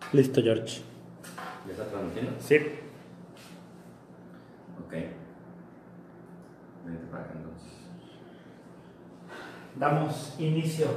Listo, George. ¿Ya está transmitiendo? Sí. Ok. Vente para acá entonces. Damos inicio.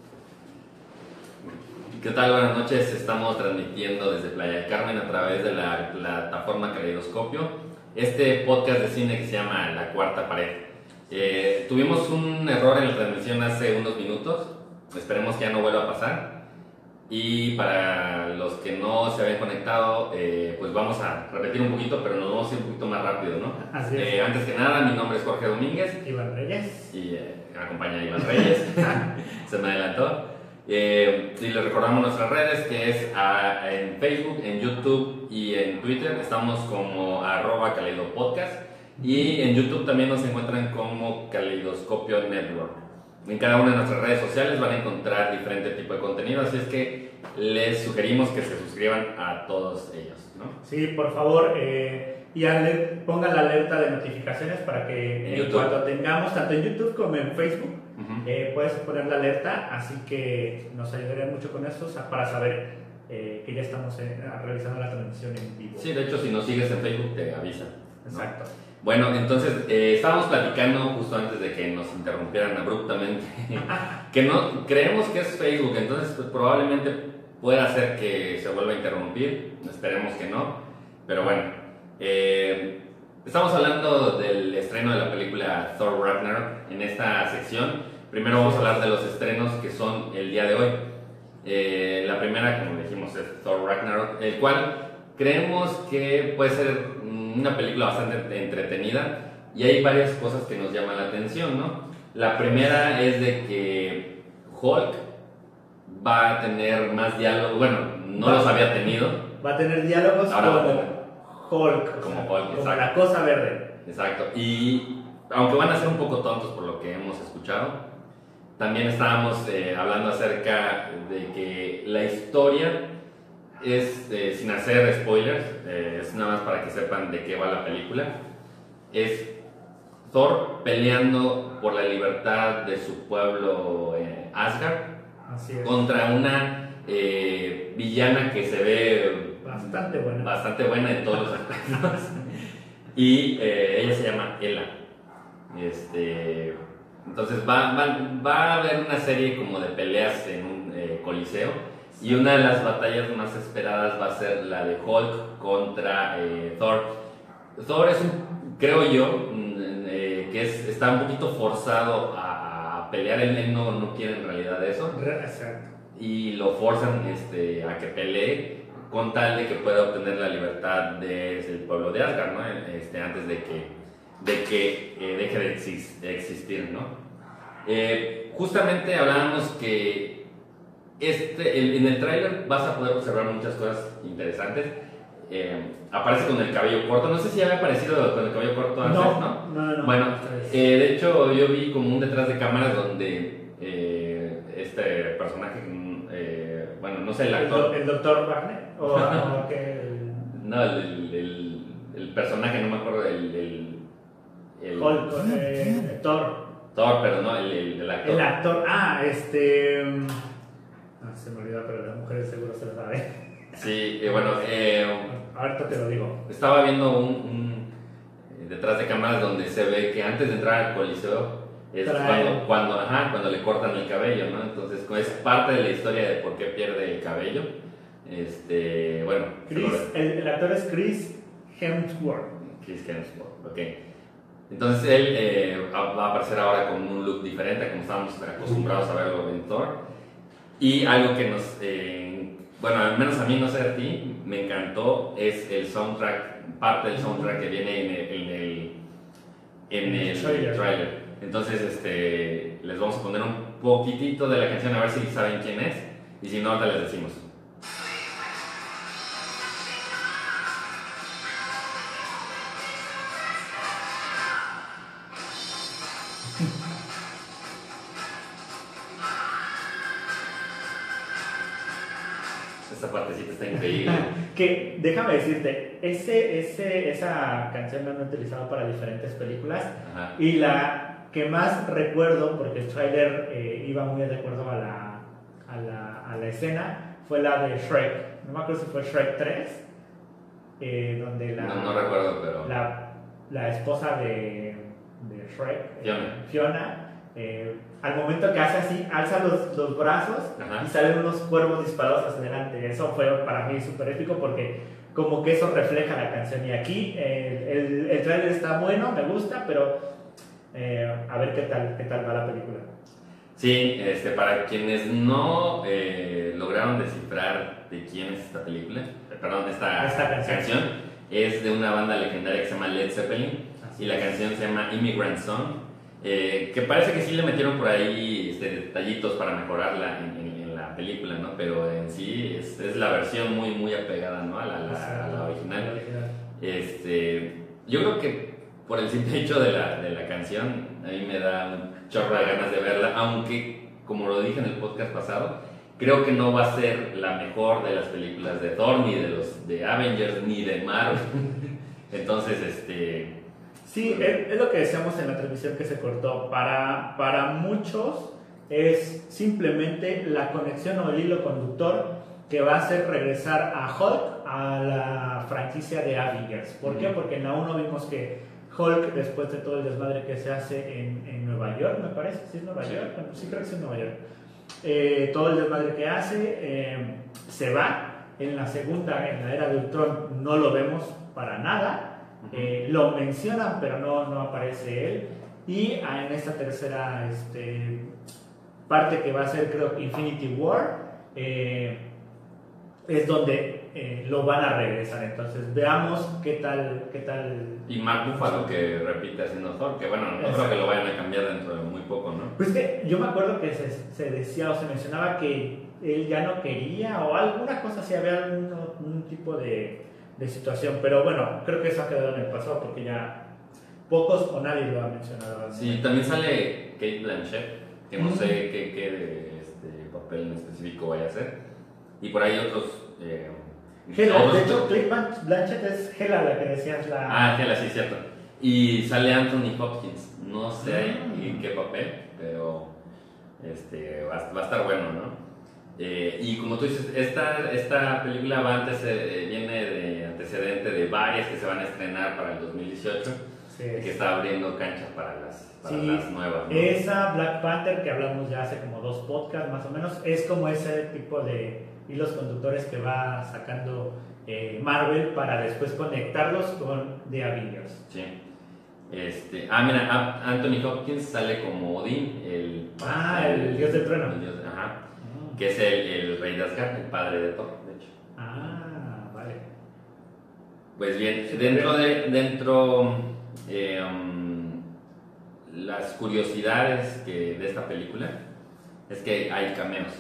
¿Qué tal? Buenas noches. Estamos transmitiendo desde Playa del Carmen a través de la plataforma Caleidoscopio. Este podcast de cine que se llama La Cuarta Pared. Tuvimos un error en la transmisión hace unos minutos. Esperemos que ya no vuelva a pasar. Y para los que no se habían conectado, pues vamos a repetir un poquito, pero nos vamos a ir un poquito más rápido, ¿no? Así es. Antes que nada, mi nombre es Jorge Domínguez. Iván Reyes. Y me acompaña Iván Reyes. Se me adelantó. Y les recordamos nuestras redes, que es en Facebook, en YouTube y en Twitter. Estamos como @caleidopodcast. Y en YouTube también nos encuentran como Caleidoscopio Network. En cada una de nuestras redes sociales van a encontrar diferente tipo de contenido, así es que les sugerimos que se suscriban a todos ellos, ¿no? Sí, por favor, y pongan la alerta de notificaciones para que en cuanto tengamos, tanto en YouTube como en Facebook, puedes poner la alerta, así que nos ayudaría mucho con eso, para saber que ya estamos realizando la transmisión en vivo. Sí, de hecho, si nos sigues en Facebook te avisa, ¿no? Exacto. Bueno, entonces estábamos platicando justo antes de que nos interrumpieran abruptamente que no creemos que es Facebook, entonces pues, probablemente pueda ser que se vuelva a interrumpir, esperemos que no, pero bueno, estamos hablando del estreno de la película Thor Ragnarok en esta sección. Primero vamos a hablar de los estrenos que son el día de hoy. La primera, como dijimos, es Thor Ragnarok, el cual creemos que puede ser una película bastante entretenida y hay varias cosas que nos llaman la atención, ¿no? La primera es de que Hulk va a tener más diálogos, bueno, no los había tenido. Va a tener diálogos como Hulk, como Hulk, exacto. Como la cosa verde. Exacto, y aunque van a ser un poco tontos por lo que hemos escuchado, también estábamos hablando acerca de que la historia es, sin hacer spoilers, es nada más para que sepan de qué va la película. Es Thor peleando por la libertad de su pueblo Asgard. Así es. Contra una villana que se ve bastante buena en todos los aspectos. Y ella se llama Hela. Entonces va a haber una serie como de peleas en un coliseo. Y una de las batallas más esperadas va a ser la de Hulk contra Thor. Thor es creo yo, que está un poquito forzado a pelear. Él no quiere en realidad eso. Exacto. Y lo forzan a que pelee con tal de que pueda obtener la libertad del pueblo de Asgard, ¿no? Antes de que deje de existir, ¿no? Justamente hablábamos que en el tráiler vas a poder observar muchas cosas interesantes. Aparece con el cabello corto. No sé si había aparecido con el cabello corto antes, ¿no? Bueno, de hecho yo vi como un detrás de cámaras donde este personaje, bueno, no sé, el actor. ¿El Dr. Wagner? ¿O aquel? No, el personaje, no me acuerdo, Thor, pero no, el actor. El actor, se me olvidó, pero las mujeres seguro se lo saben. Sí, bueno, ahorita te lo digo. Estaba viendo un detrás de cámaras donde se ve que antes de entrar al coliseo es cuando le cortan el cabello, ¿no? Entonces es parte de la historia de por qué pierde el cabello. Bueno, el actor es Chris Hemsworth. Ok. Entonces él va a aparecer ahora con un look diferente, como estábamos acostumbrados a verlo en Thor. Y algo que nos, bueno, al menos a mí, no sé a ti, me encantó, es el soundtrack, parte del soundtrack que viene en el trailer. Entonces, les vamos a poner un poquitito de la canción a ver si saben quién es, y si no, ahorita les decimos. Esta partecita está increíble. Que déjame decirte, esa canción la han utilizado para diferentes películas. Ajá. Y la que más recuerdo, porque el trailer iba muy de acuerdo a la escena, fue la de Shrek. No me acuerdo si fue Shrek 3, donde no recuerdo, pero... La esposa de Shrek, Fiona, al momento que hace así, alza los brazos y salen unos cuervos disparados hacia adelante. Eso fue para mí súper épico porque como que eso refleja la canción. Y aquí el trailer está bueno, me gusta, pero a ver qué tal va la película. Sí, para quienes no lograron descifrar de quién es esta película, perdón, esta canción, es de una banda legendaria que se llama Led Zeppelin. Y la canción se llama Immigrant Song, que parece que sí le metieron por ahí detallitos para mejorarla en la película, ¿no? Pero en sí es la versión muy, muy apegada, ¿no? a la original. Yo creo que por el simple hecho de la canción, a mí me da un chorro de ganas de verla, aunque, como lo dije en el podcast pasado, creo que no va a ser la mejor de las películas de Thor, ni de Avengers, ni de Marvel. Entonces, Sí, es lo que decíamos en la transmisión que se cortó. Para muchos es simplemente la conexión o el hilo conductor que va a hacer regresar a Hulk a la franquicia de Avengers. ¿Por qué? Porque en la 1 vimos que Hulk, después de todo el desmadre que se hace en Nueva York, me parece, ¿sí es Nueva York? Bueno, sí, creo que sí es Nueva York. Todo el desmadre que hace se va. En la segunda, en la era de Ultron, no lo vemos para nada. Lo mencionan, pero no aparece él. Y en esta tercera parte que va a ser, creo, Infinity War, es donde lo van a regresar. Entonces, veamos qué tal. Y Mark Ruffalo, que repite haciendo Thor, que bueno, no creo que lo vayan a cambiar dentro de muy poco, ¿no? Pues que yo me acuerdo que se decía o se mencionaba que él ya no quería, o alguna cosa así, había algún tipo de situación, pero bueno, creo que eso ha quedado en el pasado porque ya pocos o nadie lo ha mencionado. Sí, también sale Cate Blanchett, que no sé qué papel en específico vaya a hacer, y por ahí otros... Hela, de hecho, Cate Blanchett es Hela, la que decías. Hela, sí, cierto. Y sale Anthony Hopkins, no sé en qué papel, pero va a estar bueno, ¿no? Y como tú dices, esta película viene de antecedente de varias que se van a estrenar para el 2018, que está abriendo canchas para las nuevas, ¿no? Esa Black Panther que hablamos ya hace como 2 podcasts más o menos, es como ese tipo de hilos conductores que va sacando Marvel para después conectarlos con The Avengers. Sí. Mira, Anthony Hopkins sale como Odín, el dios del trueno. Que es el rey de Asgard, el padre de Thor, de hecho. Vale. Pues bien, las curiosidades de esta película es que hay cameos.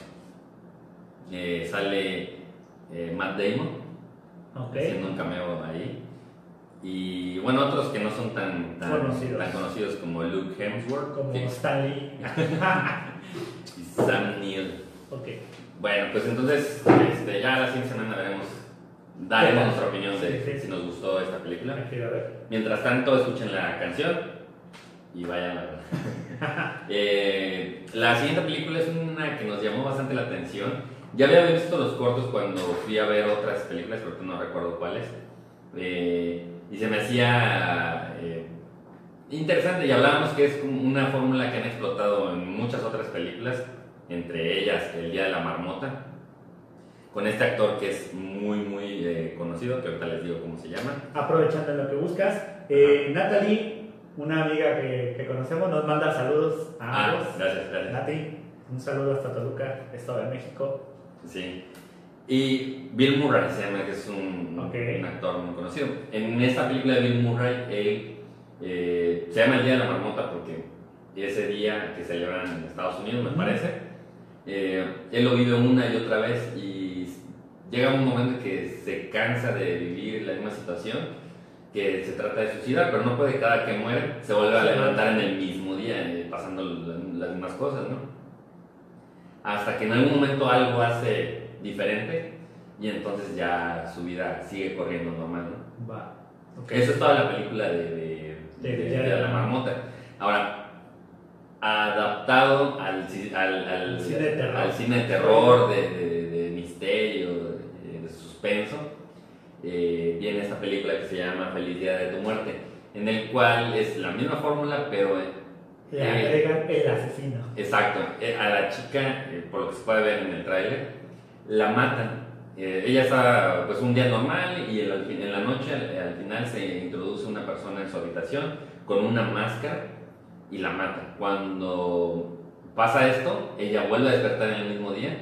Sale Matt Damon haciendo un cameo ahí. Y bueno, otros que no son tan conocidos como Luke Hemsworth, como Stan Lee y Sam Neill. Okay. Bueno, pues entonces ya la siguiente semana daremos nuestra opinión de si nos gustó esta película. Mientras tanto, escuchen la canción y vayan a verla. La siguiente película es una que nos llamó bastante la atención. Ya había visto los cortos cuando fui a ver otras películas, porque no recuerdo cuáles. Y se me hacía interesante, y hablábamos que es una fórmula que han explotado en muchas otras películas, entre ellas El Día de la Marmota, con este actor que es muy, muy conocido, que ahorita les digo cómo se llama. Aprovechando lo que buscas, Natalie, una amiga que conocemos, nos manda saludos a ambos. Gracias. Nati, un saludo hasta Toluca, Estado de México. Sí. Y Bill Murray se llama, que es un actor muy conocido. En esta película de Bill Murray, él se llama El Día de la Marmota porque ese día que celebran en Estados Unidos, me parece, él lo vive una y otra vez y llega un momento en que se cansa de vivir la misma situación, que se trata de suicidar, pero no puede, cada que muere se vuelve a levantar en el mismo día, pasando las mismas cosas, ¿no? Hasta que en algún momento algo hace diferente y entonces ya su vida sigue corriendo normal, ¿no? Eso es toda la película de la Marmota. Ahora, adaptado al cine de terror, de misterio suspenso, viene esta película que se llama Feliz Día de tu Muerte, en el cual es la misma fórmula, pero le agregan el asesino. Exacto, a la chica, por lo que se puede ver en el tráiler, la matan. Ella está pues un día normal y en la noche al final se introduce una persona en su habitación con una máscara y la mata. Cuando pasa esto, ella vuelve a despertar en el mismo día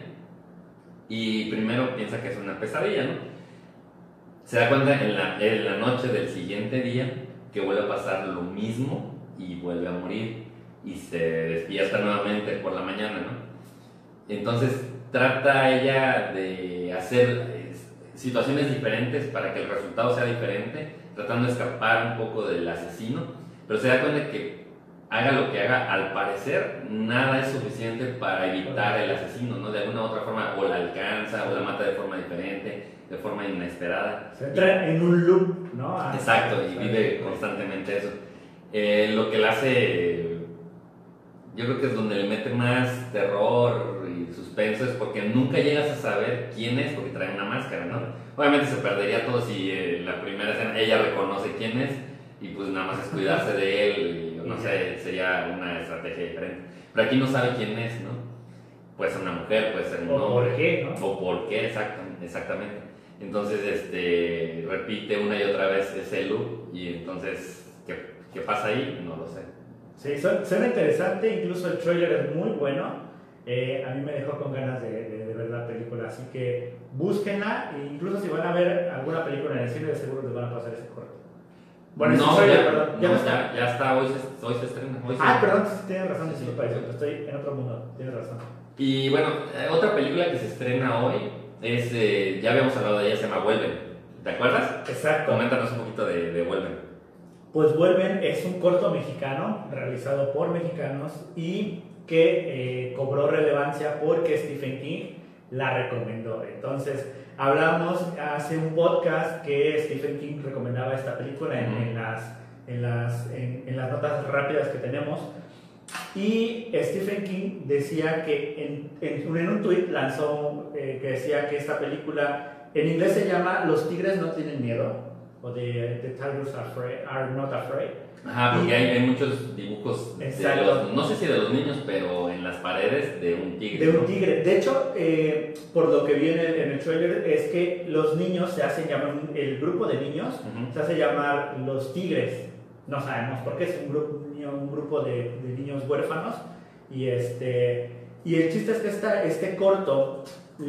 y primero piensa que es una pesadilla, ¿no? Se da cuenta en la noche del siguiente día que vuelve a pasar lo mismo y vuelve a morir y se despierta nuevamente por la mañana, ¿no? Entonces trata ella de hacer situaciones diferentes para que el resultado sea diferente, tratando de escapar un poco del asesino, pero se da cuenta que haga lo que haga, al parecer nada es suficiente para evitar el asesino, ¿no? De alguna u otra forma o la alcanza o la mata de forma diferente, de forma inesperada. Se entra en un loop, ¿no? Exacto, y vive constantemente eso. Lo que le hace, yo creo que es donde le mete más terror y suspenso, es porque nunca llegas a saber quién es, porque trae una máscara, ¿no? Obviamente se perdería todo si la primera escena ella reconoce quién es y pues nada más es cuidarse de él, y, no sé, sería una estrategia diferente. Pero aquí no sabe quién es, ¿no? Puede ser una mujer, puede ser un hombre. ¿Por qué, no? O por qué, exactamente. Entonces, repite una y otra vez ese loop y entonces, ¿qué pasa ahí? No lo sé. Sí, suena interesante, incluso el trailer es muy bueno. A mí me dejó con ganas de ver la película, así que búsquenla, e incluso si van a ver alguna película en el cine, de seguro les van a pasar ese corto. Bueno, no, trailer, ya, perdón. no, ya está, hoy se estrena. Perdón, sí, tienes razón, sí, estoy en otro mundo, tienes razón. Y bueno, otra película que se estrena hoy es, ya habíamos hablado de ella, se llama Vuelven. ¿Te acuerdas? Exacto. Coméntanos un poquito de Vuelven. Pues Vuelven es un corto mexicano realizado por mexicanos y que cobró relevancia porque Stephen King la recomendó. Entonces, hablamos hace un podcast que Stephen King recomendaba esta película en las notas rápidas que tenemos. Y Stephen King decía que en un tweet lanzó que decía que esta película en inglés se llama Los tigres no tienen miedo, o The Tigers are not afraid. Ajá, porque hay muchos dibujos, no sé si de los niños, pero en las paredes de un tigre. De un tigre. De hecho, por lo que viene en el trailer, es que los niños se hacen llamar, el grupo de niños se hace llamar los tigres. No sabemos por qué, es un grupo de niños huérfanos. Y el chiste es que este corto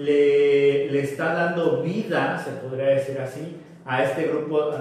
le está dando vida, se podría decir así, a este grupo,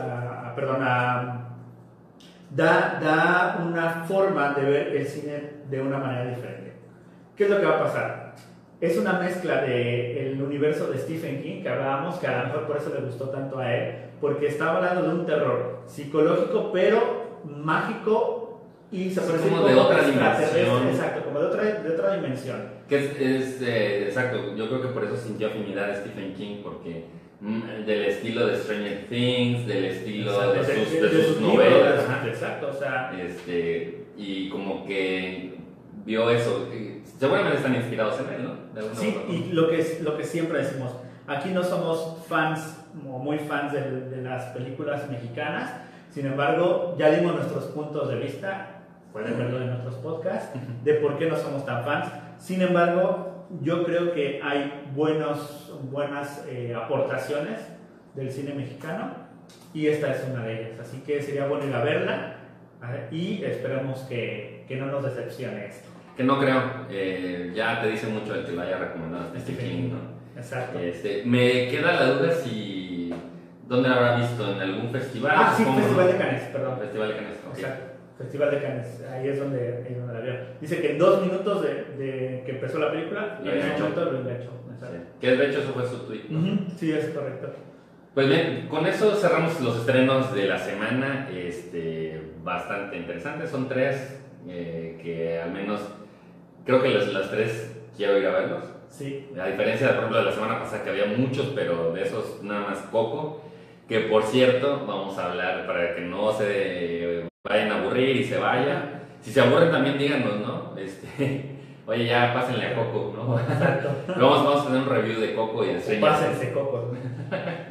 da una forma de ver el cine de una manera diferente. ¿Qué es lo que va a pasar? Es una mezcla del universo de Stephen King que hablábamos, que a lo mejor por eso le gustó tanto a él, porque estaba hablando de un terror psicológico, pero mágico y se parece como de otra dimensión. Exacto, como de otra dimensión. Exacto, yo creo que por eso sintió afinidad a Stephen King, porque del estilo de Stranger Things, del estilo de sus novelas. Exacto, o sea. Y como que vio eso. Seguramente están inspirados en él, ¿no? Sí, y lo que siempre decimos, aquí no somos fans o muy fans de las películas mexicanas, sin embargo, ya dimos nuestros puntos de vista, pueden verlo en nuestros podcasts, de por qué no somos tan fans. Sin embargo, yo creo que hay buenas aportaciones del cine mexicano y esta es una de ellas, así que sería bueno ir a verla y esperemos que no nos decepcione esto. Que no creo, ya te dice mucho el que lo haya recomendado Stephen King, ¿no? Exacto. Me queda la duda si, ¿dónde lo habrá visto? ¿En algún festival? Sí, Festival de Cannes, perdón. Festival de Cannes, ok. Exacto. Festival de Cannes, ahí es donde la vio. Dice que en 2 minutos de que empezó la película, lo enganchó. Sí. Que de hecho eso fue su tweet, ¿no? Sí, es correcto. Pues bien, con eso cerramos los estrenos de la semana, bastante interesantes. Son 3 que al menos creo que los 3 quiero ir a verlos. Sí. A diferencia, por ejemplo, de la semana pasada que había muchos, pero de esos nada más Coco. Que por cierto, vamos a hablar para que no se vayan a aburrir y se vayan. Si se aburren también díganos, ¿no? Oye, ya pásenle a Coco, ¿no? Exacto. Vamos a tener un review de Coco y de Stranger Things. Pásense Coco.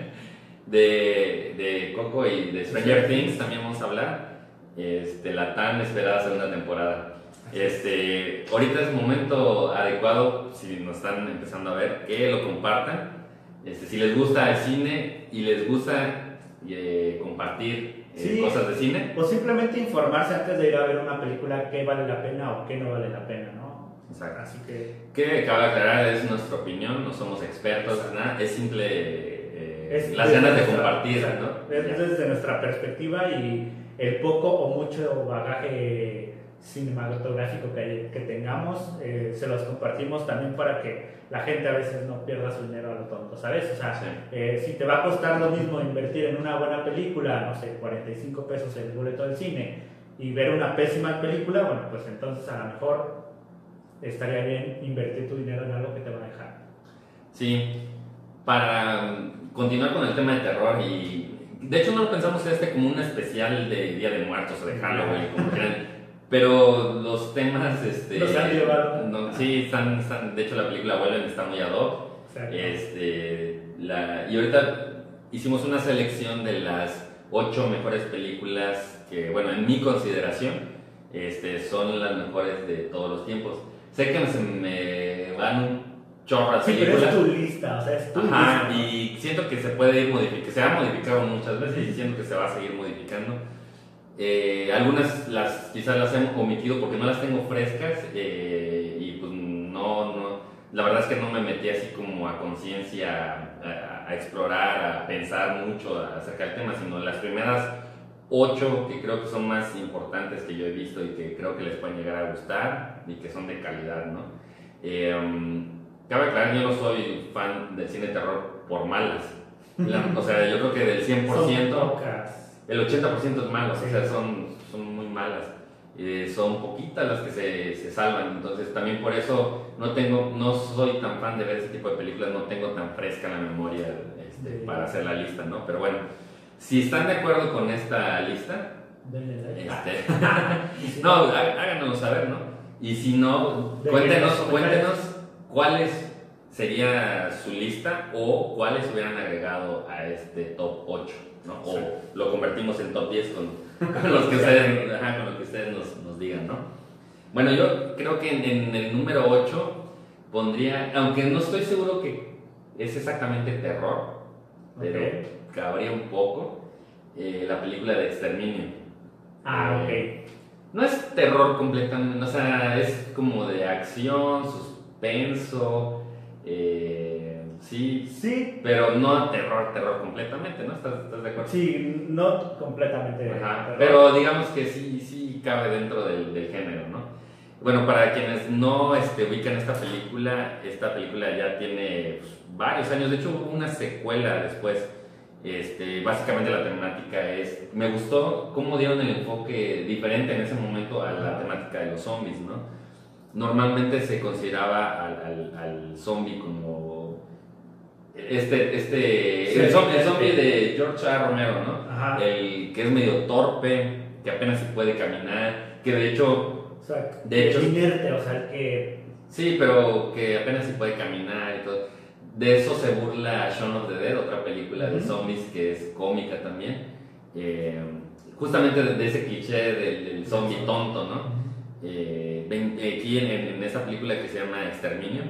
De Coco y de Stranger Things también vamos a hablar. La tan esperada segunda temporada. Ahorita es momento adecuado, si nos están empezando a ver, que lo compartan. Si les gusta el cine y les gusta compartir cosas de cine. O simplemente informarse antes de ir a ver una película qué vale la pena o qué no vale la pena, ¿no? Exacto. Así que cabe aclarar, es nuestra opinión, no somos expertos, nada, es simple las desde ganas de nuestra, compartir, exacto, ¿no? Es desde nuestra perspectiva y el poco o mucho bagaje cinematográfico que tengamos, se los compartimos también para que la gente a veces no pierda su dinero a lo tonto, ¿sabes? O sea, Sí. Si te va a costar lo mismo invertir en una buena película, no sé, 45 pesos el boleto del cine y ver una pésima película, bueno, pues entonces a lo mejor estaría bien invertir tu dinero en algo que te va a dejar. Sí, para continuar con el tema de terror y de hecho no lo pensamos como un especial de Día de Muertos o de Halloween, como quieran, pero los temas Los han llevado. no, sí, están, de hecho la película Vuelven está muy ad hoc. Exacto. Y ahorita hicimos una selección de las 8 mejores películas que, bueno, en mi consideración, son las mejores de todos los tiempos. Sé que se me van un chorro de películas. Pero es tu lista, o sea, es tu lista, ¿no? Y siento que se puede ir modificando, se ha modificado muchas veces y siento que se va a seguir modificando. Algunas quizás las hemos omitido porque no las tengo frescas y pues no, la verdad es que no me metí así como a conciencia a explorar, a pensar mucho acerca del tema, sino las primeras 8 que creo que son más importantes que yo he visto y que creo que les pueden llegar a gustar y que son de calidad, ¿no? Cabe aclarar, yo no soy fan del cine de terror por malas. O sea, yo creo que del 100%, el 80% es malo, sí. O sea, son muy malas. Son poquitas las que se salvan, entonces también por eso no soy tan fan de ver ese tipo de películas, no tengo tan fresca la memoria para hacer la lista, ¿no? Pero bueno, si están de acuerdo con esta lista, no, háganoslo saber, ¿no? Y si no, cuéntenos cuáles sería su lista o cuáles hubieran agregado a este top 8, ¿no? O sí, lo convertimos en top 10 con los que ustedes nos digan, ¿no? Bueno, yo creo que en el número 8 pondría, aunque no estoy seguro que es exactamente terror, pero cabría un poco, la película de Exterminio. No es terror completamente, o sea, es como de acción, suspenso, sí, pero no terror completamente, ¿no? ¿Estás de acuerdo? Sí, no completamente terror, pero digamos que sí cabe dentro del género, ¿no? Bueno, para quienes no ubican esta película ya tiene varios años, de hecho hubo una secuela después. Básicamente la temática me gustó cómo dieron el enfoque diferente en ese momento a la temática de los zombies, ¿no? Normalmente se consideraba al zombie como el zombie de George A. Romero, ¿no? Ajá. El que es medio torpe, que apenas se puede caminar, que de hecho inerte, o sea, el que sí, pero que apenas se puede caminar y todo. De eso se burla Shaun of the Dead, otra película de zombies que es cómica también. Justamente de ese cliché del zombie tonto, ¿no? Aquí en esta película que se llama Exterminio,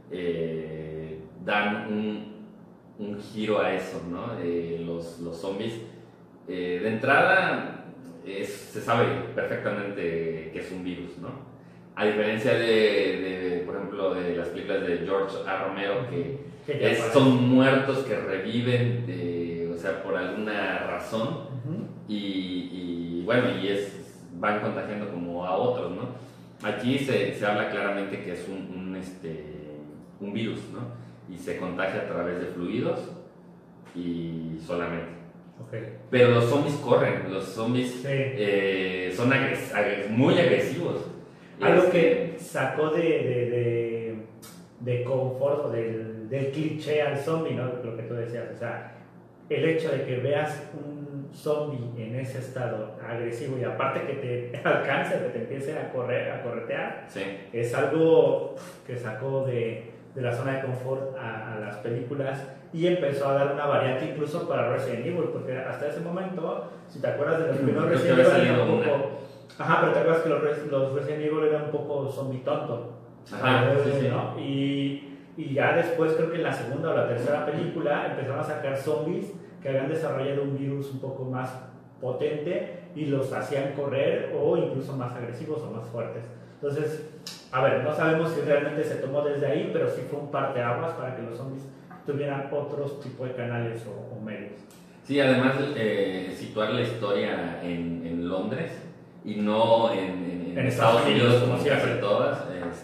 dan un giro a eso, ¿no? Los zombies. De entrada, se sabe perfectamente que es un virus, ¿no? A diferencia por ejemplo, de las películas de George A. Romero, que son muertos que reviven, o sea, por alguna razón, y van contagiando como a otros, ¿no? Aquí se habla claramente que es un virus, ¿no? Y se contagia a través de fluidos y solamente. Pero los zombies corren, los zombies son muy agresivos. Algo que sacó de confort o del cliché al zombie, ¿no? Lo que tú decías, o sea, el hecho de que veas un zombie en ese estado agresivo y aparte que te alcance, que te empiece a corretear, sí, es algo que sacó de de la zona de confort a las películas y empezó a dar una variante incluso para Resident Evil, porque hasta ese momento, si te acuerdas de los primeros Resident Evil, era un poco... Ajá, pero te acuerdas que los Resident Evil eran un poco zombie tonto. Ajá, sí. ¿no? Y ya después, creo que en la segunda o la tercera película, empezaron a sacar zombies que habían desarrollado un virus un poco más potente y los hacían correr o incluso más agresivos o más fuertes. Entonces, a ver, no sabemos si realmente se tomó desde ahí, pero sí fue un parteaguas para que los zombies tuvieran otros tipos de canales o medios. Sí, además situar la historia en Londres y no en Estados Unidos como casi todas,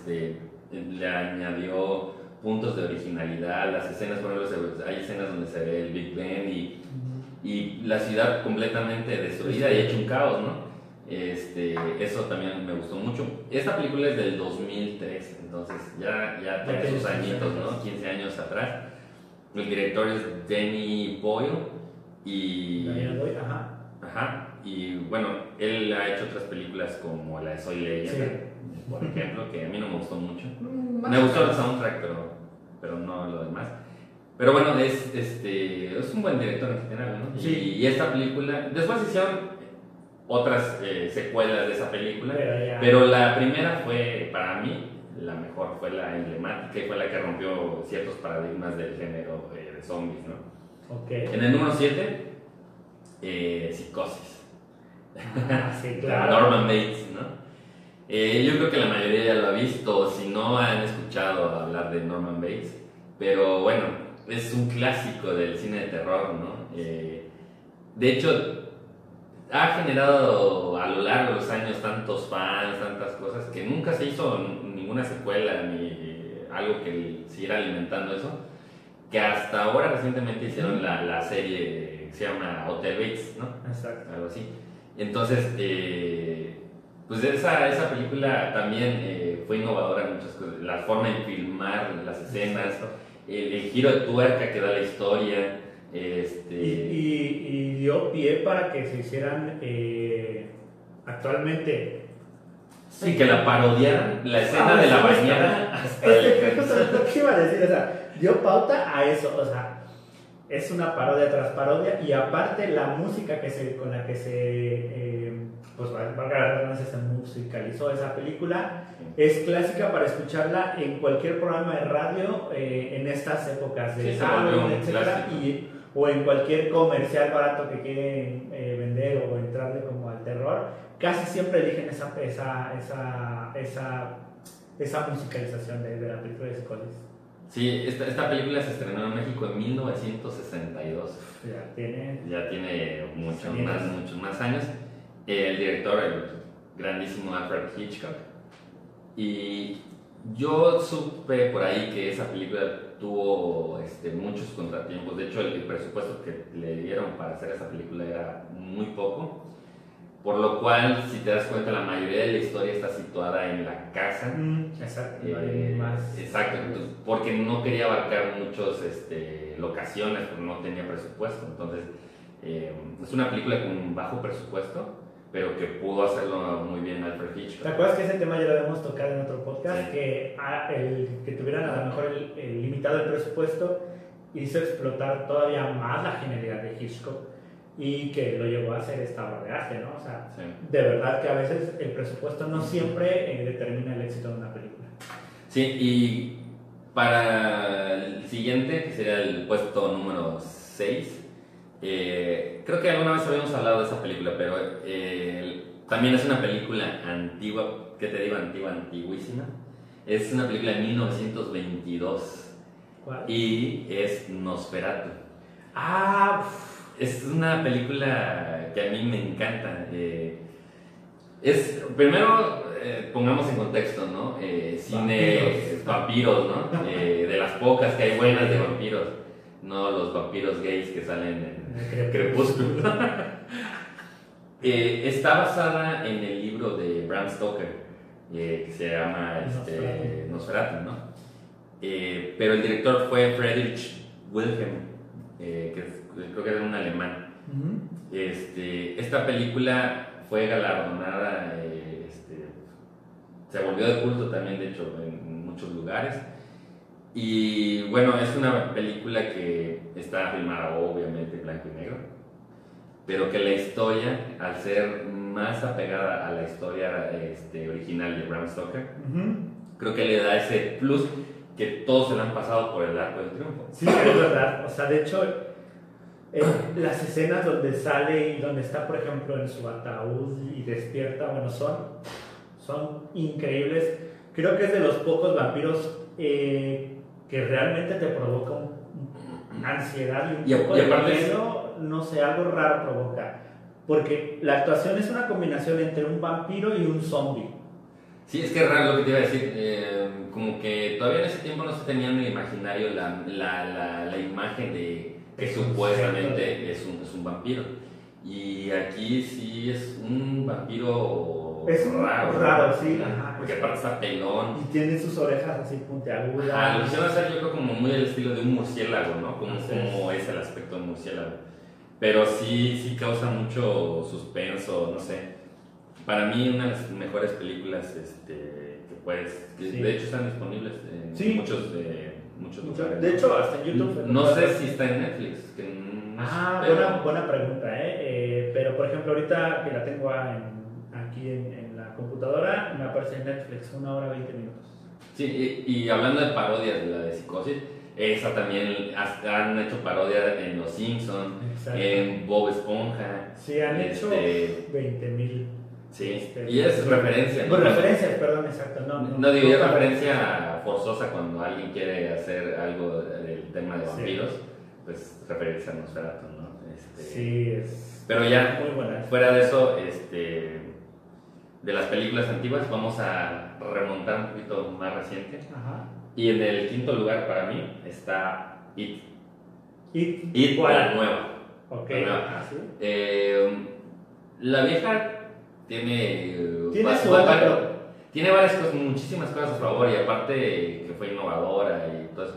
le añadió puntos de originalidad, las escenas, por ejemplo, hay escenas donde se ve el Big Ben y la ciudad completamente destruida y hecho un caos, ¿no? Eso también me gustó mucho. Esta película es del 2003, entonces ya tiene sus añitos, ¿no? 15 años atrás. El director es Danny Boyle y... Ajá. Y bueno, él ha hecho otras películas como la de Soy Leyenda, por ejemplo, que a mí no me gustó mucho. Me gustó el soundtrack, pero no lo demás. Pero bueno, es un buen director en general, ¿no? Sí. Y esta película, después hicieron otras secuelas de esa película, pero la primera fue, para mí, la mejor, fue la emblemática y fue la que rompió ciertos paradigmas del género de zombies, ¿no? Okay. En el número 7, Psicosis. Sí, claro. Norman Bates, ¿no? Yo creo que la mayoría ya lo ha visto, si no han escuchado hablar de Norman Bates, pero bueno, es un clásico del cine de terror, ¿no? De hecho, ha generado a lo largo de los años tantos fans, tantas cosas, que nunca se hizo ninguna secuela ni algo que siguiera alimentando eso, que hasta ahora recientemente hicieron la serie que se llama Hotel Bates, ¿no? Exacto. Algo así. Entonces, pues esa película también fue innovadora en muchas cosas, la forma de filmar las escenas, el giro de tuerca que da la historia. Y dio pie para que se hicieran actualmente. Sí, que la parodiaran, la escena de la bañera. Hasta lo que iba a decir, o sea, dio pauta a eso, o sea, es una parodia tras parodia y aparte la música con la que se, pues valga la redundancia, se musicalizó esa película, es clásica para escucharla en cualquier programa de radio en estas épocas de Halloween, etcétera, o en cualquier comercial barato que quieren vender o entrarle como al terror, casi siempre eligen esa musicalización de la película de Psicosis. Sí, esta película se estrenó en México en 1962. Ya tiene muchos más años. El director, el grandísimo Alfred Hitchcock. Y yo supe por ahí que esa película tuvo muchos contratiempos. De hecho, el presupuesto que le dieron para hacer esa película era muy poco. Por lo cual, si te das cuenta, la mayoría de la historia está situada en la casa. Exacto. Exacto, porque no quería abarcar muchas locaciones, porque no tenía presupuesto. Entonces, es una película con bajo presupuesto, pero que pudo hacerlo muy bien Alfred Hitchcock. ¿Te acuerdas que ese tema ya lo habíamos tocado en otro podcast? Sí. Que tuvieran a lo mejor el limitado el presupuesto hizo explotar todavía más la genialidad de Hitchcock y que lo llevó a hacer esta obra de arte, ¿no? O sea, sí. De verdad que a veces el presupuesto no siempre determina el éxito de una película. Sí, y para el siguiente, que sería el puesto número 6, creo que alguna vez habíamos hablado de esa película, pero también es una película antigua, ¿qué te digo? Antiguísima. Es una película de 1922. ¿Cuál? Y es Nosferatu. Es una película que a mí me encanta. Primero, pongamos en contexto, ¿no? Cine vampiros, ¿no? De las pocas que hay buenas de vampiros, no los vampiros gays que salen en Crepúsculo. Está basada en el libro de Bram Stoker, que se llama Nosferatu, ¿no? Pero el director fue Friedrich Wilhelm, que creo que era un alemán. Esta película fue galardonada, se volvió de culto también, de hecho, en muchos lugares. Y bueno, es una película que está filmada obviamente en blanco y negro, pero que la historia, al ser más apegada a la historia original de Bram Stoker, creo que le da ese plus que todos se le han pasado por el arco del triunfo. Sí, es verdad. O sea, de hecho, las escenas donde sale y donde está, por ejemplo, en su ataúd y despierta, bueno, son increíbles. Creo que es de los pocos vampiros que realmente te provoca ansiedad y un poco de miedo, no sé, algo raro provoca. Porque la actuación es una combinación entre un vampiro y un zombie. Sí, es que es raro lo que te iba a decir. Como que todavía en ese tiempo no se tenía en el imaginario la imagen de que supuestamente es un vampiro. Y aquí sí es un vampiro raro, sí. Ajá, porque aparte está pelón. Y tiene sus orejas así puntiagudas. Lo hicieron hacer yo creo como muy el estilo de un murciélago, ¿no? Como es el aspecto del murciélago. Pero sí causa mucho suspenso, no sé. Para mí una de las mejores películas de hecho están disponibles en muchos lugares. De hecho, hasta en YouTube. No sé si está en Netflix. Buena pregunta, pero por ejemplo, ahorita que la tengo aquí en la computadora, me aparece en Netflix, 1 hora 20 minutos. Sí, y hablando de parodias de la de Psicosis, esa también han hecho parodias en Los Simpsons, en Bob Esponja. Sí, han hecho 20,000. Sí, y es referencia. Por referencia, perdón, exacto. No digo, es referencia forzosa cuando alguien quiere hacer algo del tema de vampiros, pues referirse a Nosferatu, ¿no? Sí, es. Pero ya, muy buena. Fuera de eso, de las películas antiguas, vamos a remontar un poquito más reciente. Ajá. Y en el quinto lugar para mí está It. It, la nueva. Ok. La nueva. ¿Sí? La vieja tiene varias cosas, muchísimas cosas a favor, y aparte que fue innovadora y todo eso.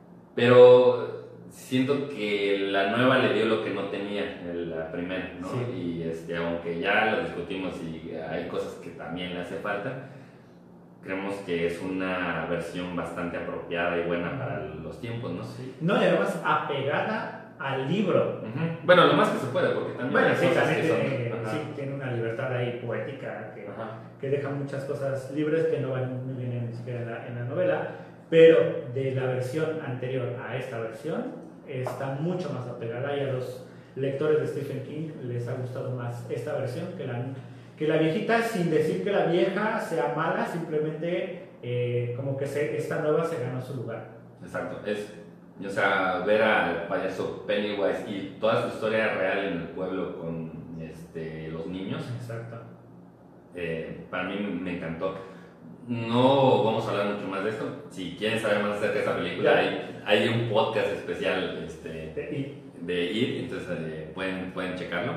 Pero siento que la nueva le dio lo que no tenía la primera, ¿no? Sí. Y aunque ya lo discutimos y hay cosas que también le hace falta, creemos que es una versión bastante apropiada y buena para los tiempos, ¿no? Sí. No, y además apegada al libro. Bueno, lo más que se puede, porque también hay cosas que tiene una libertad ahí poética que deja muchas cosas libres que no van muy bien ni siquiera en la novela, pero de la versión anterior a esta versión está mucho más apegada, y a los lectores de Stephen King les ha gustado más esta versión que la viejita, sin decir que la vieja sea mala, simplemente como que esta nueva se ganó su lugar. Exacto, o sea, ver al payaso Pennywise y toda su historia real en el pueblo con los niños. Exacto. Para mí me encantó. No vamos a hablar mucho más de esto. Si quieren saber más acerca de esta película, hay un podcast especial de It, entonces pueden checarlo.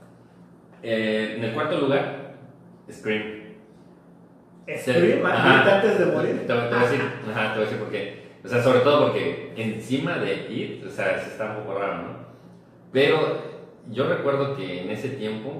En el cuarto lugar, Scream. ¿Scream? ¿Antes de morir? Te voy a decir por qué. O sea, sobre todo porque encima de It, o sea, se está un poco raro, ¿no? Pero yo recuerdo que en ese tiempo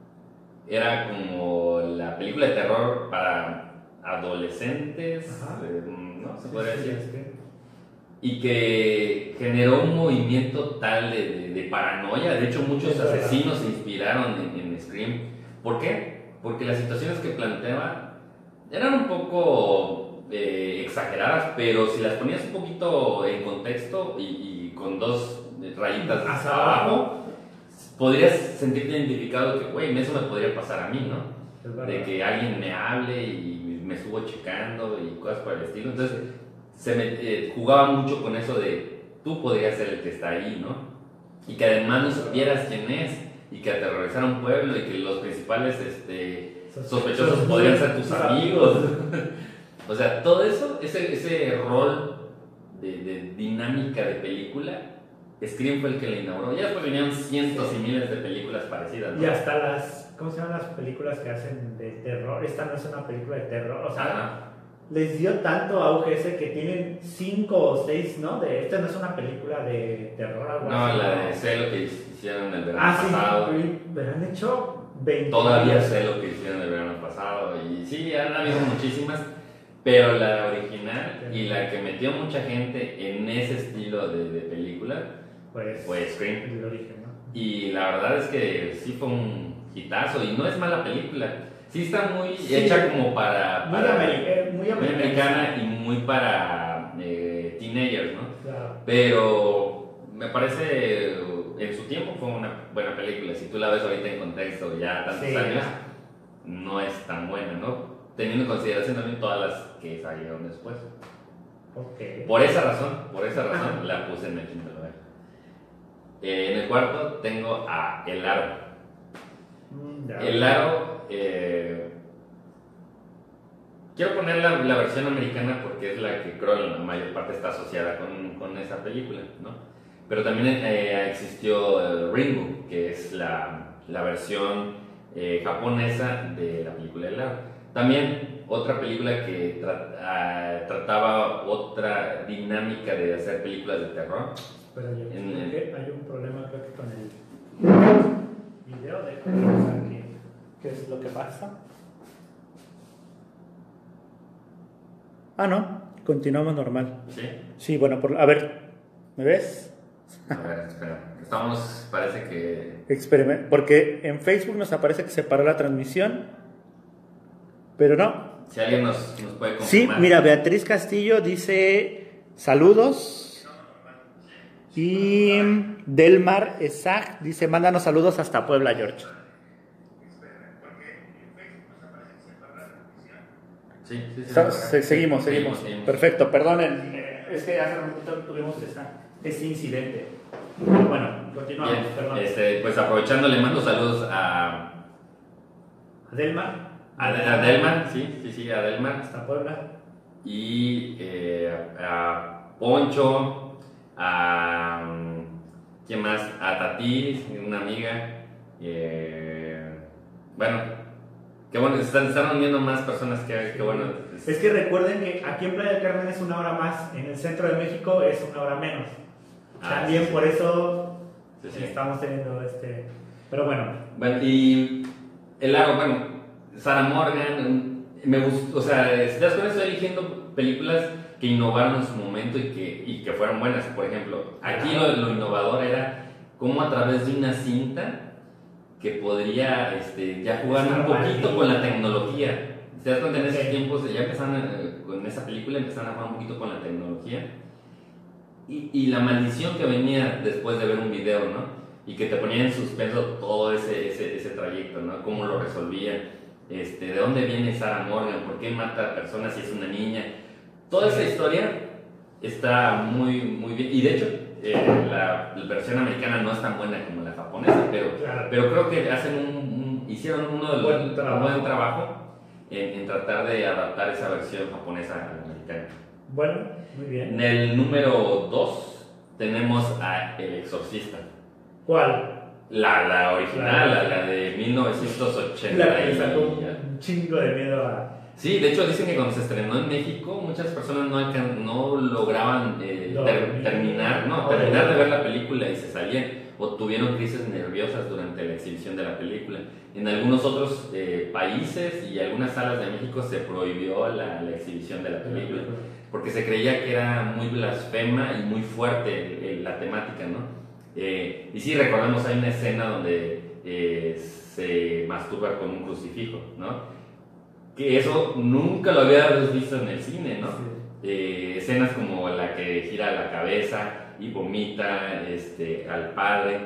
era como la película de terror para adolescentes, ¿no? Se podría decir. Sí. Y que generó un movimiento tal de paranoia. De hecho, muchos asesinos se inspiraron en Scream. ¿Por qué? Porque las situaciones que planteaba eran un poco exageradas, pero si las ponías un poquito en contexto y con 2 rayitas hacia abajo, podrías sentirte identificado que, güey, eso me podría pasar a mí, ¿no? De que alguien me hable y me subo checando y cosas por el estilo. Entonces, jugaba mucho con eso de tú podrías ser el que está ahí, ¿no? Y que además no supieras quién es, y que aterrorizara un pueblo, y que los principales sospechosos podrían ser tus amigos. O sea, todo eso, ese rol de dinámica de película, Scream fue el que le inauguró. Ya después vinieron cientos y miles de películas parecidas, ¿no? Y hasta ¿cómo se llaman las películas que hacen de terror? Esta no es una película de terror, o sea, les dio tanto auge que tienen 5 o 6, ¿no? Esta no es una película de terror, algo así. La de Sé lo que hicieron el verano pasado. Sí, pero han hecho 20. Todavía sé lo que hicieron el verano pasado, y sí, han habido muchísimas. Pero la original y la que metió mucha gente en ese estilo de película fue Scream. El origen, ¿no? Y la verdad es que sí fue un hitazo y no es mala película. Sí está muy hecha como para muy americana y muy para teenagers, ¿no? Claro. Pero me parece, en su tiempo fue una buena película. Si tú la ves ahorita en contexto, ya tantos años, no es tan buena, ¿no? Teniendo en consideración también todas las que salieron después. Okay. Por esa razón la puse en el quinto lugar. En el cuarto tengo a El Aro. El Aro, quiero poner la versión americana porque es la que creo la mayor parte está asociada con esa película, ¿no? Pero también existió Ringu, que es la versión japonesa de la película El Aro. También otra película que trataba otra dinámica de hacer películas de terror. Pero yo creo que hay un problema, creo que con el video. Déjame revisar qué es lo que pasa. No, continuamos normal. ¿Sí? Sí, bueno, a ver, ¿me ves? A ver, espera. Parece que... Porque en Facebook nos aparece que se paró la transmisión, pero no. Si alguien nos puede confirmar. Sí, mira, Beatriz Castillo dice saludos. Y Delmar Esag dice mándanos saludos hasta Puebla, George. Sí, seguimos. Perfecto, perdonen, es que hace un momento tuvimos ese incidente. Bueno, continuamos. Bien, perdón. Pues aprovechando, le mando saludos a Delmar. A Delmar, sí, a Delmar. Hasta Puebla. Y a Poncho, ¿quién más? A Tati, una amiga. Bueno, qué bueno, se están uniendo más personas que bueno. Es que recuerden que aquí en Playa del Carmen es una hora más, en el centro de México es una hora menos. También por eso estamos teniendo Pero bueno. Bueno, y El Aro, bueno. Sarah Morgan, me gustó, o sea, si te das cuenta, estoy eligiendo películas que innovaron en su momento y que fueron buenas. Por ejemplo, aquí lo innovador era cómo a través de una cinta que podría ya jugar un poquito con la tecnología. Si te das cuenta, en esos tiempos ya empezaron, con esa película empezaron a jugar un poquito con la tecnología y la maldición que venía después de ver un video, ¿no? Y que te ponía en suspenso todo ese trayecto, ¿no? Cómo lo resolvían. ¿De dónde viene Sarah Morgan? ¿Por qué mata a personas si es una niña? Toda esa historia está muy, muy bien. Y de hecho, la versión americana no es tan buena como la japonesa, pero creo que hicieron un buen trabajo en tratar de adaptar esa versión japonesa a la americana. Bueno, muy bien. En el número 2 tenemos a El Exorcista. ¿Cuál? La original, la de 1980. La que sacó un chingo de miedo a... Sí, de hecho dicen que cuando se estrenó en México muchas personas no lograban terminar de ver la película y se salían o tuvieron crisis nerviosas durante la exhibición de la película. En algunos otros países y algunas salas de México se prohibió la exhibición de la película porque se creía que era muy blasfema y muy fuerte la temática, ¿no? Y sí, recordemos, hay una escena donde se masturba con un crucifijo, ¿no? Que eso nunca lo habías visto en el cine, ¿no? Sí. Escenas como la que gira la cabeza y vomita al padre.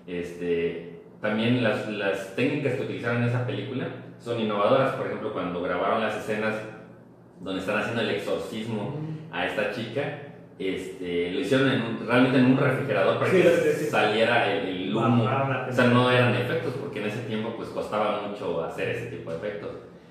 También las técnicas que utilizaron en esa película son innovadoras. Por ejemplo, cuando grabaron las escenas donde están haciendo el exorcismo a esta chica, lo hicieron realmente en un refrigerador para que saliera el humo. O sea, no eran efectos porque en ese tiempo pues costaba mucho hacer ese tipo de efectos.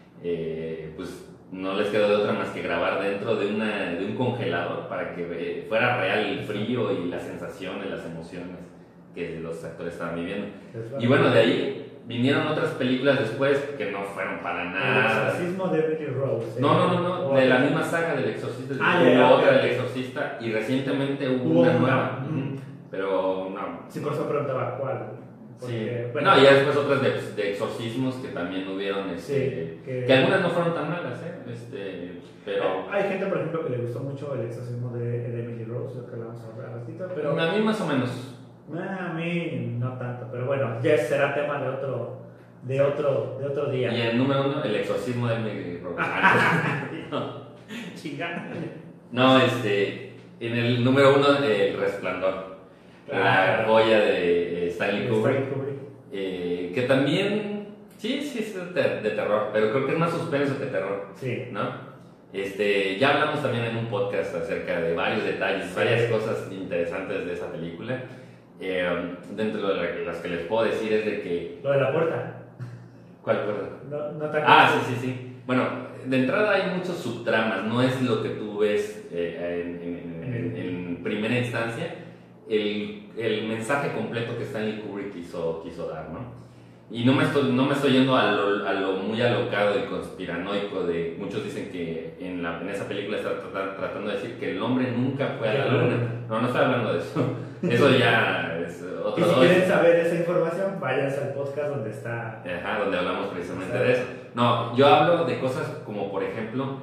Pues no les quedó de otra más que grabar dentro de un congelador para que fuera real el frío y las sensaciones, las emociones que los actores estaban viviendo. Y bueno, de ahí vinieron otras películas después que no fueron para nada. El exorcismo de Emily Rose. No, de la misma saga del Exorcista. Otra del Exorcista y recientemente hubo una nueva. Pero no. Sí, por eso preguntaba cuál. Porque, sí. Bueno, no, y ya después otras de exorcismos que también hubieron, sí, que algunas no fueron tan malas, pero... Hay gente, por ejemplo, que le gustó mucho el exorcismo de Emily Rose, lo que hablamos ahora ratito, pero... A mí más o menos. A mí no tanto, pero bueno, ya será tema de otro día. Y el número 1, el exorcismo de Emily Rose. Chingada. No, en el número 1, El Resplandor. La joya de Stanley Kubrick. Que también, sí, es de terror, pero creo que es más suspenso que terror. Sí. ¿No? Ya hablamos también en un podcast acerca de varios detalles, sí, varias cosas interesantes de esa película. Dentro de las que les puedo decir es de que... Lo de la puerta. ¿Cuál puerta? No te sí. Bueno, de entrada hay muchos subtramas, no es lo que tú ves en primera instancia, el mensaje completo que Stanley Kubrick quiso dar, ¿no? Y no me estoy yendo a lo muy alocado y conspiranoico de... Muchos dicen que en esa película está tratando de decir que el hombre nunca fue a la luna. No estoy hablando de eso. Eso ya es otro... Y si quieren saber esa información, váyanse al podcast donde está... Ajá, donde hablamos precisamente de eso. No, yo hablo de cosas como, por ejemplo,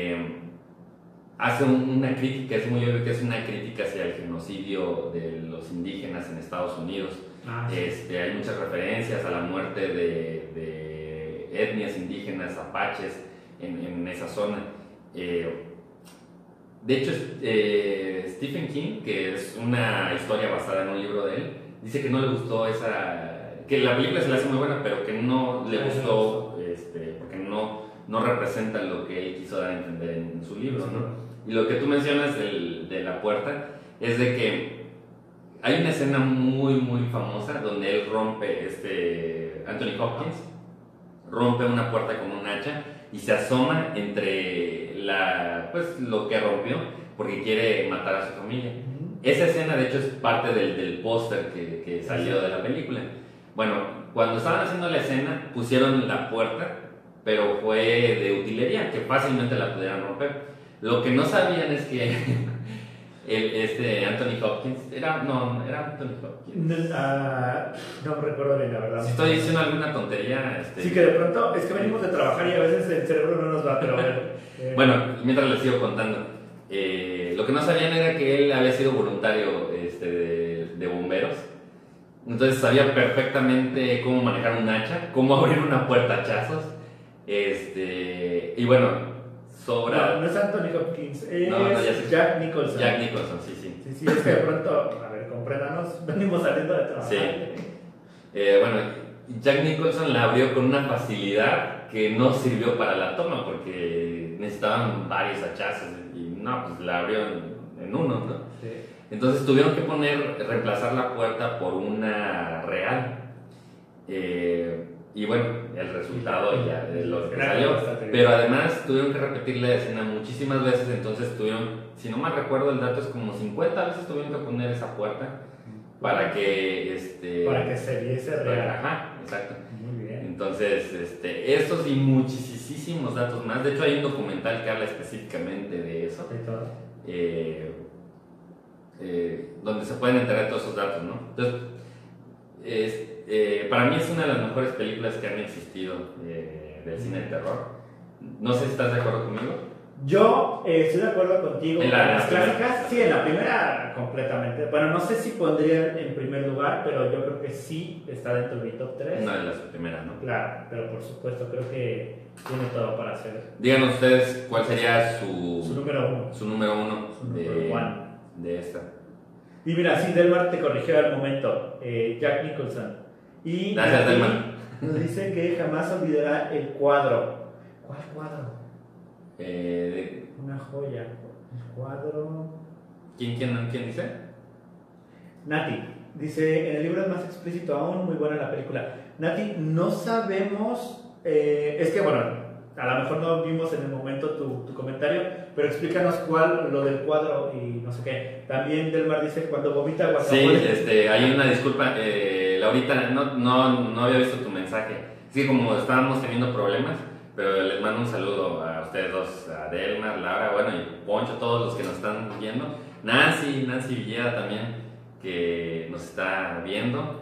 hace una crítica, es muy obvio que es una crítica hacia el genocidio de los indígenas en Estados Unidos. Sí. Hay muchas referencias a la muerte de etnias indígenas, apaches, en esa zona. De hecho, Stephen King, que es una historia basada en un libro de él, dice que no le gustó que la película se le hace muy buena, pero que no le gustó, porque no representa lo que él quiso dar a entender en su libro, ¿no? Y lo que tú mencionas de la puerta es de que hay una escena muy, muy famosa donde él rompe, Anthony Hopkins, rompe una puerta con un hacha y se asoma entre lo que rompió porque quiere matar a su familia. Esa escena, de hecho, es parte del póster que salió de la película. Bueno, cuando estaban haciendo la escena, pusieron la puerta, pero fue de utilería, que fácilmente la pudieran romper. Lo que no sabían es que Anthony Hopkins, era Anthony Hopkins. No recuerdo bien, la verdad. Si estoy diciendo alguna tontería. Sí, que de pronto, es que venimos de trabajar y a veces el cerebro no nos va, pero a ver. Bueno, mientras les sigo contando, lo que no sabían era que él había sido voluntario de bomberos. Entonces sabía perfectamente cómo manejar un hacha, cómo abrir una puerta a hachazos. Y bueno, No es Anthony Hopkins, es ya sé. Jack Nicholson. Jack Nicholson, sí. Sí, es que de pronto, a ver, compréndanos, venimos saliendo de trabajar. Sí. Bueno, Jack Nicholson la abrió con una facilidad que no sirvió para la toma porque necesitaban varios hachazos y no, pues la abrió en uno, ¿no? Sí. Entonces tuvieron que reemplazar la puerta por una real. Y bueno, el resultado ya de lo que salió. Pero además tuvieron que repetir la escena muchísimas veces, entonces si no mal recuerdo el dato es como 50 veces tuvieron que poner esa puerta para que para que se viese real. Ajá, exacto. Muy bien. Entonces, estos y muchísimos datos más. De hecho hay un documental que habla específicamente de eso. De todo. Donde se pueden enterar todos esos datos, ¿no? Entonces, para mí es una de las mejores películas que han existido del cine de terror. No sé si estás de acuerdo conmigo. Yo estoy de acuerdo contigo. En las clásicas, sí, en la primera completamente. Bueno, no sé si pondría en primer lugar, pero yo creo que sí está dentro de mi top 3. Una de las primeras, ¿no? Claro, pero por supuesto creo que tiene todo para hacer. Díganos ustedes cuál sería su número 1. Su número 1 de esta. Y mira, sí, Delmar te corrigió al momento. Jack Nicholson. Y gracias, Delmar. Nos dice que jamás olvidará el cuadro. ¿Cuál cuadro? Una joya. El cuadro. ¿Quién dice? Nati. Dice, en el libro es más explícito aún, muy buena la película. Nati, no sabemos. Es que bueno, a lo mejor no vimos en el momento tu comentario, pero explícanos lo del cuadro y no sé qué. También Delmar dice cuando vomita guacamole. Sí, hay una disculpa, Laurita, no había visto tu mensaje. Sí, como estábamos teniendo problemas, pero les mando un saludo a ustedes dos, a Delmar, Laura, bueno, y Poncho, todos los que nos están viendo. Nancy Villeda también, que nos está viendo.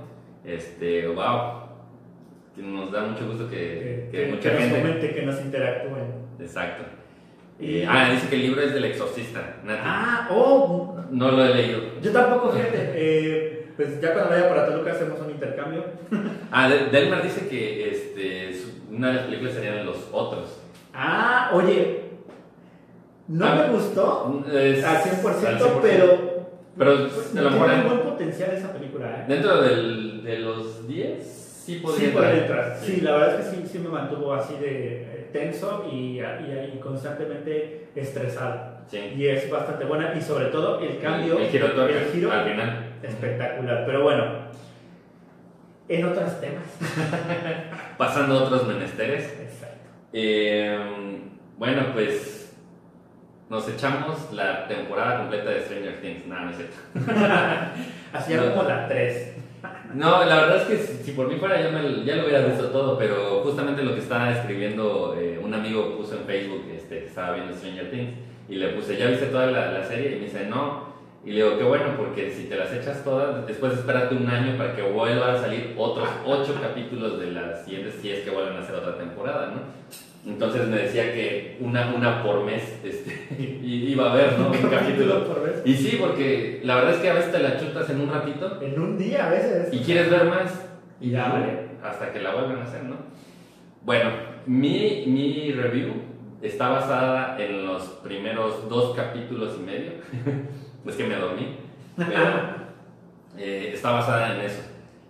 Wow, nos da mucho gusto que mucha nos gente comente, que nos interactúen. Exacto. Dice que el libro es del Exorcista, Nati. No lo he leído. Yo tampoco, fíjate. Pues ya cuando vaya para Toluca hacemos un intercambio. Delmar dice que una de las películas serían Los Otros. Oye, no me gustó al 100%, pero a lo mejor tiene un buen potencial esa película. Dentro de los 10 sí podría entrar. Sí, la verdad es que sí me mantuvo así de tenso y constantemente estresado. Sí. Y es bastante buena, y sobre todo el cambio, el giro al final, espectacular. Pero bueno, en otros temas, pasando a otros menesteres. Exacto. Bueno, pues nos echamos la temporada completa de Stranger Things. No es cierto. Así como la 3. No, la verdad es que si por mí fuera ya lo hubiera visto todo, pero justamente lo que estaba escribiendo un amigo puso en Facebook que estaba viendo Stranger Things, y le puse, ¿ya viste toda la serie? Y me dice, no. Y le digo, qué bueno, porque si te las echas todas, después espérate un año para que vuelvan a salir otros 8 capítulos de las siguientes, si es que vuelven a hacer otra temporada, ¿no? Entonces me decía que una por mes iba a haber, ¿no? Un capítulo por mes. Y sí, porque la verdad es que a veces te la chutas en un ratito. En un día a veces. Y quieres ver más. Y ya, vale. Hasta que la vuelvan a hacer, ¿no? Bueno, mi review está basada en los primeros 2 capítulos y medio. Es que me dormí. Pero está basada en eso.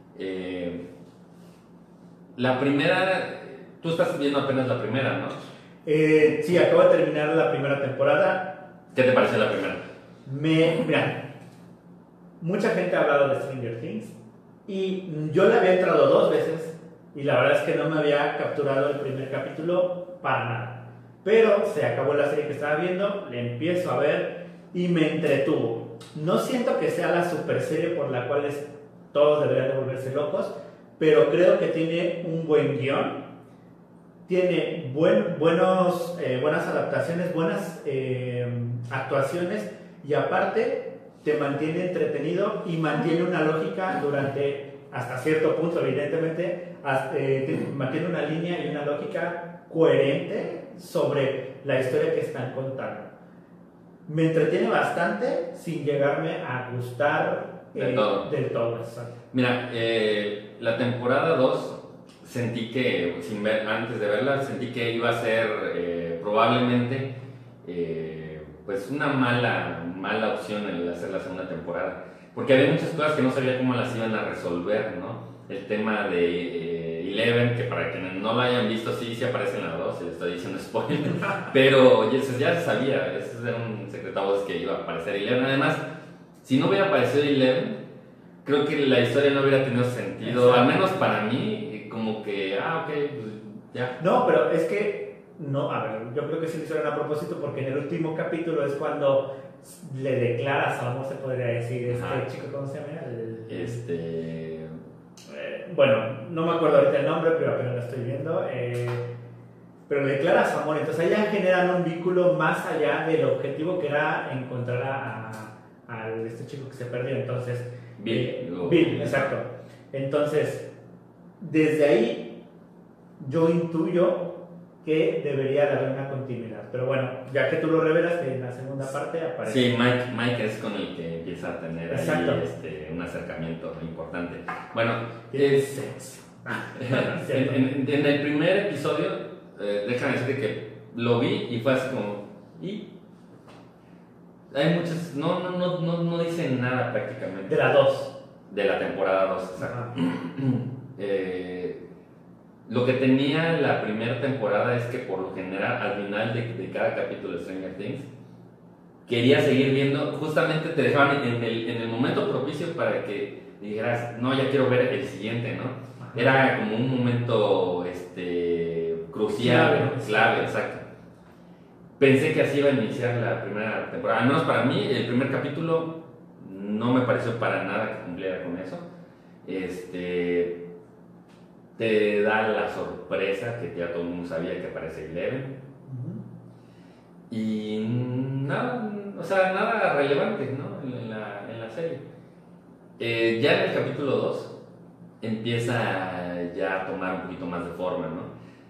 La primera... Tú estás viendo apenas la primera, ¿no? Sí, acabo de terminar la primera temporada. ¿Qué te pareció la primera? Mira, mucha gente ha hablado de Stranger Things y yo le había entrado 2 veces y la verdad es que no me había capturado el primer capítulo para nada. Pero se acabó la serie que estaba viendo, le empiezo a ver y me entretuvo. No siento que sea la super serie por la cual todos deberían de volverse locos, pero creo que tiene un buen guión. Tiene buenas adaptaciones, buenas actuaciones, y aparte te mantiene entretenido y mantiene una lógica durante, hasta cierto punto evidentemente, mantiene una línea y una lógica coherente sobre la historia que están contando. Me entretiene bastante sin llegarme a gustar del todo. Exacto. Mira, la temporada 2 sentí que, antes de verla, sentí que iba a ser probablemente pues una mala opción el hacer la segunda temporada, porque había muchas cosas que no sabía cómo las iban a resolver, ¿no? El tema de Eleven, que para quienes no lo hayan visto, sí aparece en la 2, le estoy diciendo spoiler, pero ya se sabía, ese era un secreto a voces que iba a aparecer Eleven. Además, si no hubiera aparecido Eleven, creo que la historia no hubiera tenido sentido. Exacto. Al menos para mí, como que, ok, pues ya. No, pero es que, no, a ver, yo creo que sí lo hicieron a propósito, porque en el último capítulo es cuando le declara su amor, se podría decir, chico, ¿cómo se llama? Bueno, no me acuerdo ahorita el nombre, pero apenas lo estoy viendo. Pero le declara su amor, entonces ahí ya generan un vínculo más allá del objetivo que era encontrar a este chico que se perdió. Entonces, Bill, exacto. Entonces, desde ahí yo intuyo que debería de haber una continuidad. Pero bueno, ya que tú lo revelas, que en la segunda parte aparece. Sí, Mike es con el que empieza a tener ahí un acercamiento importante. Bueno, en el primer episodio, déjame decirte que lo vi y fue así como... ¿Y? Hay muchas... No dicen nada prácticamente. De la 2. De la temporada 2, exacto. Lo que tenía la primera temporada es que por lo general al final de cada capítulo de Stranger Things quería seguir viendo, justamente te dejaban en el momento propicio para que dijeras, no, ya quiero ver el siguiente, ¿no? Ajá. Era como un momento crucial, clave, exacto. Pensé que así iba a iniciar la primera temporada, al menos para mí el primer capítulo no me pareció para nada que cumpliera con eso. Te da la sorpresa que ya todo el mundo sabía que aparece Eleven. Uh-huh. Y nada relevante, ¿no? En la serie. Ya en el capítulo 2 empieza ya a tomar un poquito más de forma, ¿no?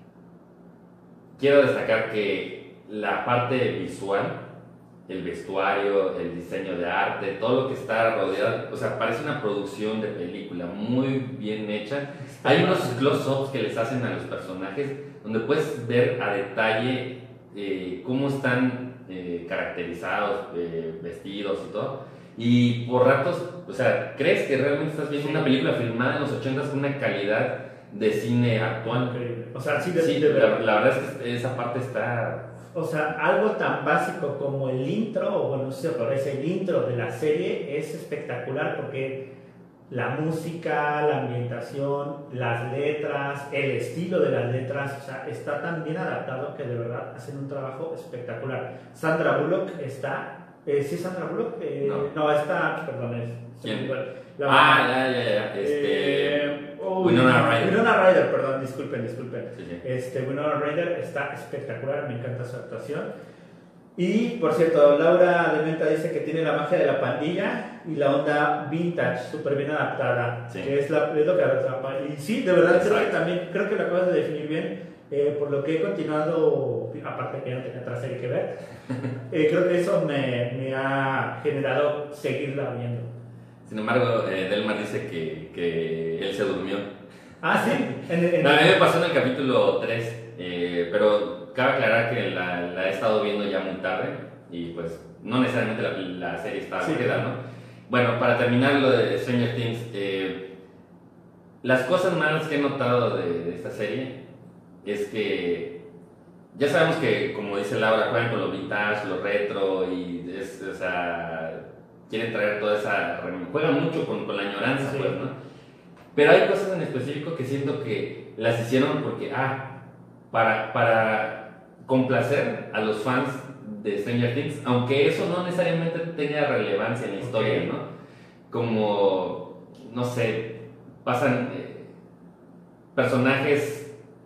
Quiero destacar que la parte visual, el vestuario, el diseño de arte, todo lo que está rodeado, o sea, parece una producción de película muy bien hecha. Hay unos close-ups que les hacen a los personajes donde puedes ver a detalle cómo están caracterizados, vestidos y todo. Y por ratos, o sea, crees que realmente estás viendo una película filmada en los 80s con una calidad de cine actual. Increíble. O sea, sí, la verdad es que esa parte está... O sea, algo tan básico como el intro, o bueno, no sé, pero es el intro de la serie, es espectacular porque la música, la ambientación, las letras, el estilo de las letras, o sea, está tan bien adaptado que de verdad hacen un trabajo espectacular. Sandra Bullock está... ¿Sí, Sandra Bullock? No, está... Perdón, ¿Quién? ya. Winona Ryder. Winona Ryder, perdón, disculpen. Sí. Winona Ryder está espectacular, me encanta su actuación. Y, por cierto, Laura de Menta dice que tiene la magia de la pandilla y la onda vintage, súper bien adaptada, sí. Que es lo que atrapa. Y sí, de verdad, Exacto. creo que lo acabas de definir bien. Por lo que he continuado, aparte que ya no tenía otra serie que ver, creo que eso me ha generado seguirla viendo. Sin embargo, Delmar dice que él se durmió. Ah, sí. A mí me pasó en el capítulo 3, pero cabe aclarar que la he estado viendo ya muy tarde y pues no necesariamente la serie está aburrida, ¿no? Bueno, para terminar lo de Stranger Things, las cosas malas que he notado de esta serie es que ya sabemos que, como dice Laura, juegan con lo vintage, lo retro y o sea, quieren traer toda esa... Juegan mucho con la añoranza, sí. Pues, ¿no? Pero hay cosas en específico que siento que las hicieron porque, para complacer a los fans de Stranger Things, aunque eso no necesariamente tenga relevancia en la historia, ¿no? Como, no sé, pasan personajes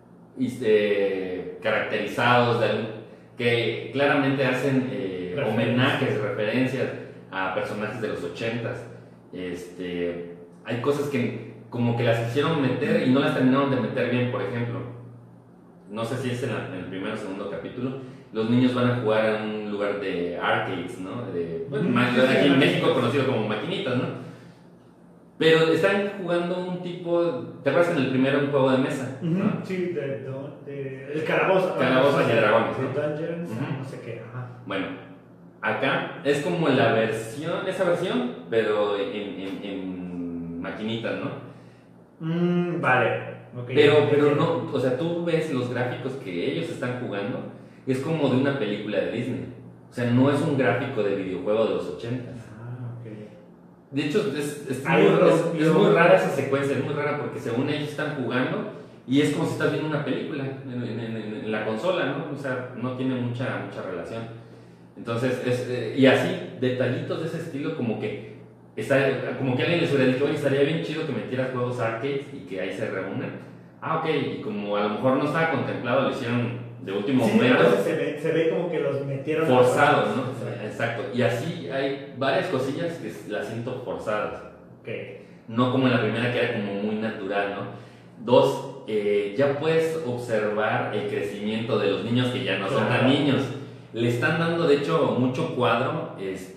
caracterizados que claramente hacen homenajes, referencias a personajes de los 80s. Hay cosas que como que las quisieron meter y no las terminaron de meter bien. Por ejemplo, no sé si es en el primer o segundo capítulo, los niños van a jugar en un lugar de arcades, ¿no? Aquí en México conocido como maquinitas, ¿no? Pero están jugando un tipo, ¿te acuerdas en el primero un juego de mesa? ¿no? Sí, el calabozo. Calabozos y dragones, ¿no? Dungeons, no sé qué. Bueno, acá es como esa versión, pero en maquinitas, ¿no? Vale. Okay. Pero no, o sea, tú ves los gráficos que ellos están jugando, es como de una película de Disney. O sea, no es un gráfico de videojuego de los 80s. De hecho, es muy rara esa secuencia, es muy rara porque según ellos están jugando y es como si estás viendo una película en la consola, ¿no? O sea, no tiene mucha relación. Entonces, y así, detallitos de ese estilo como que alguien les hubiera dicho, oye, estaría bien chido que metieras juegos arcades y que ahí se reúnan. Ok, y como a lo mejor no estaba contemplado, lo hicieron de último momento. Se ve como que los metieron forzados, ¿no? Exacto. Y así hay varias cosillas que las siento forzadas. No como en la primera, que era como muy natural, ¿no? 2, ya puedes observar el crecimiento de los niños que ya no son tan niños. Le están dando, de hecho, mucho cuadro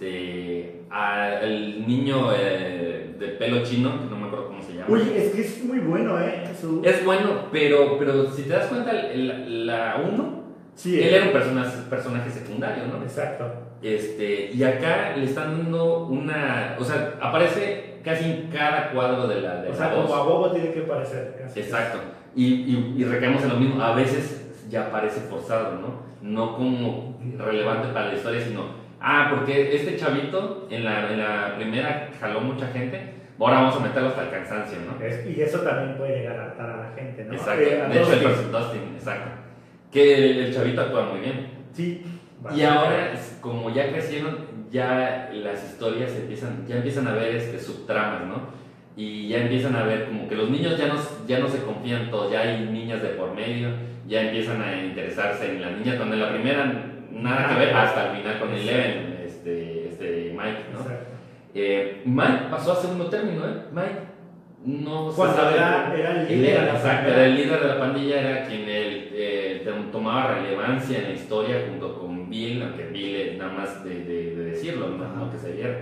al niño de pelo chino, que no me acuerdo cómo se llama. Uy, es que es muy bueno, Es bueno, pero si te das cuenta, la 1, él era un personaje secundario, ¿no? Exacto. Y acá le están dando o sea, aparece casi en cada cuadro de la o sea, voz. como a bobo tiene que parecer. Casi. Exacto. Y recaemos en lo mismo, a veces ya parece forzado, ¿no? No como relevante para la historia, sino... porque este chavito en la primera jaló mucha gente, ahora vamos a meterlo hasta el cansancio, ¿no? Y eso también puede llegar a hartar a la gente, ¿no? Exacto, de hecho el Dustin, exacto. Que el chavito actúa muy bien. Sí. Y ahora, como ya crecieron, ya las historias ya empiezan a ver subtramas, ¿no? Y ya empiezan a ver como que los niños ya no se confían todos, ya hay niñas de por medio, ya empiezan a interesarse en la niña, cuando en la primera nada que ver, hasta el final con Eleven, Mike, ¿no? Mike pasó a segundo término, Mike No se Cuando sabe. era el líder de la Exacto, pandilla. era el líder de la pandilla, era quien tomaba relevancia en la historia junto con Bill, aunque Bill es nada más de decirlo, no que se viera.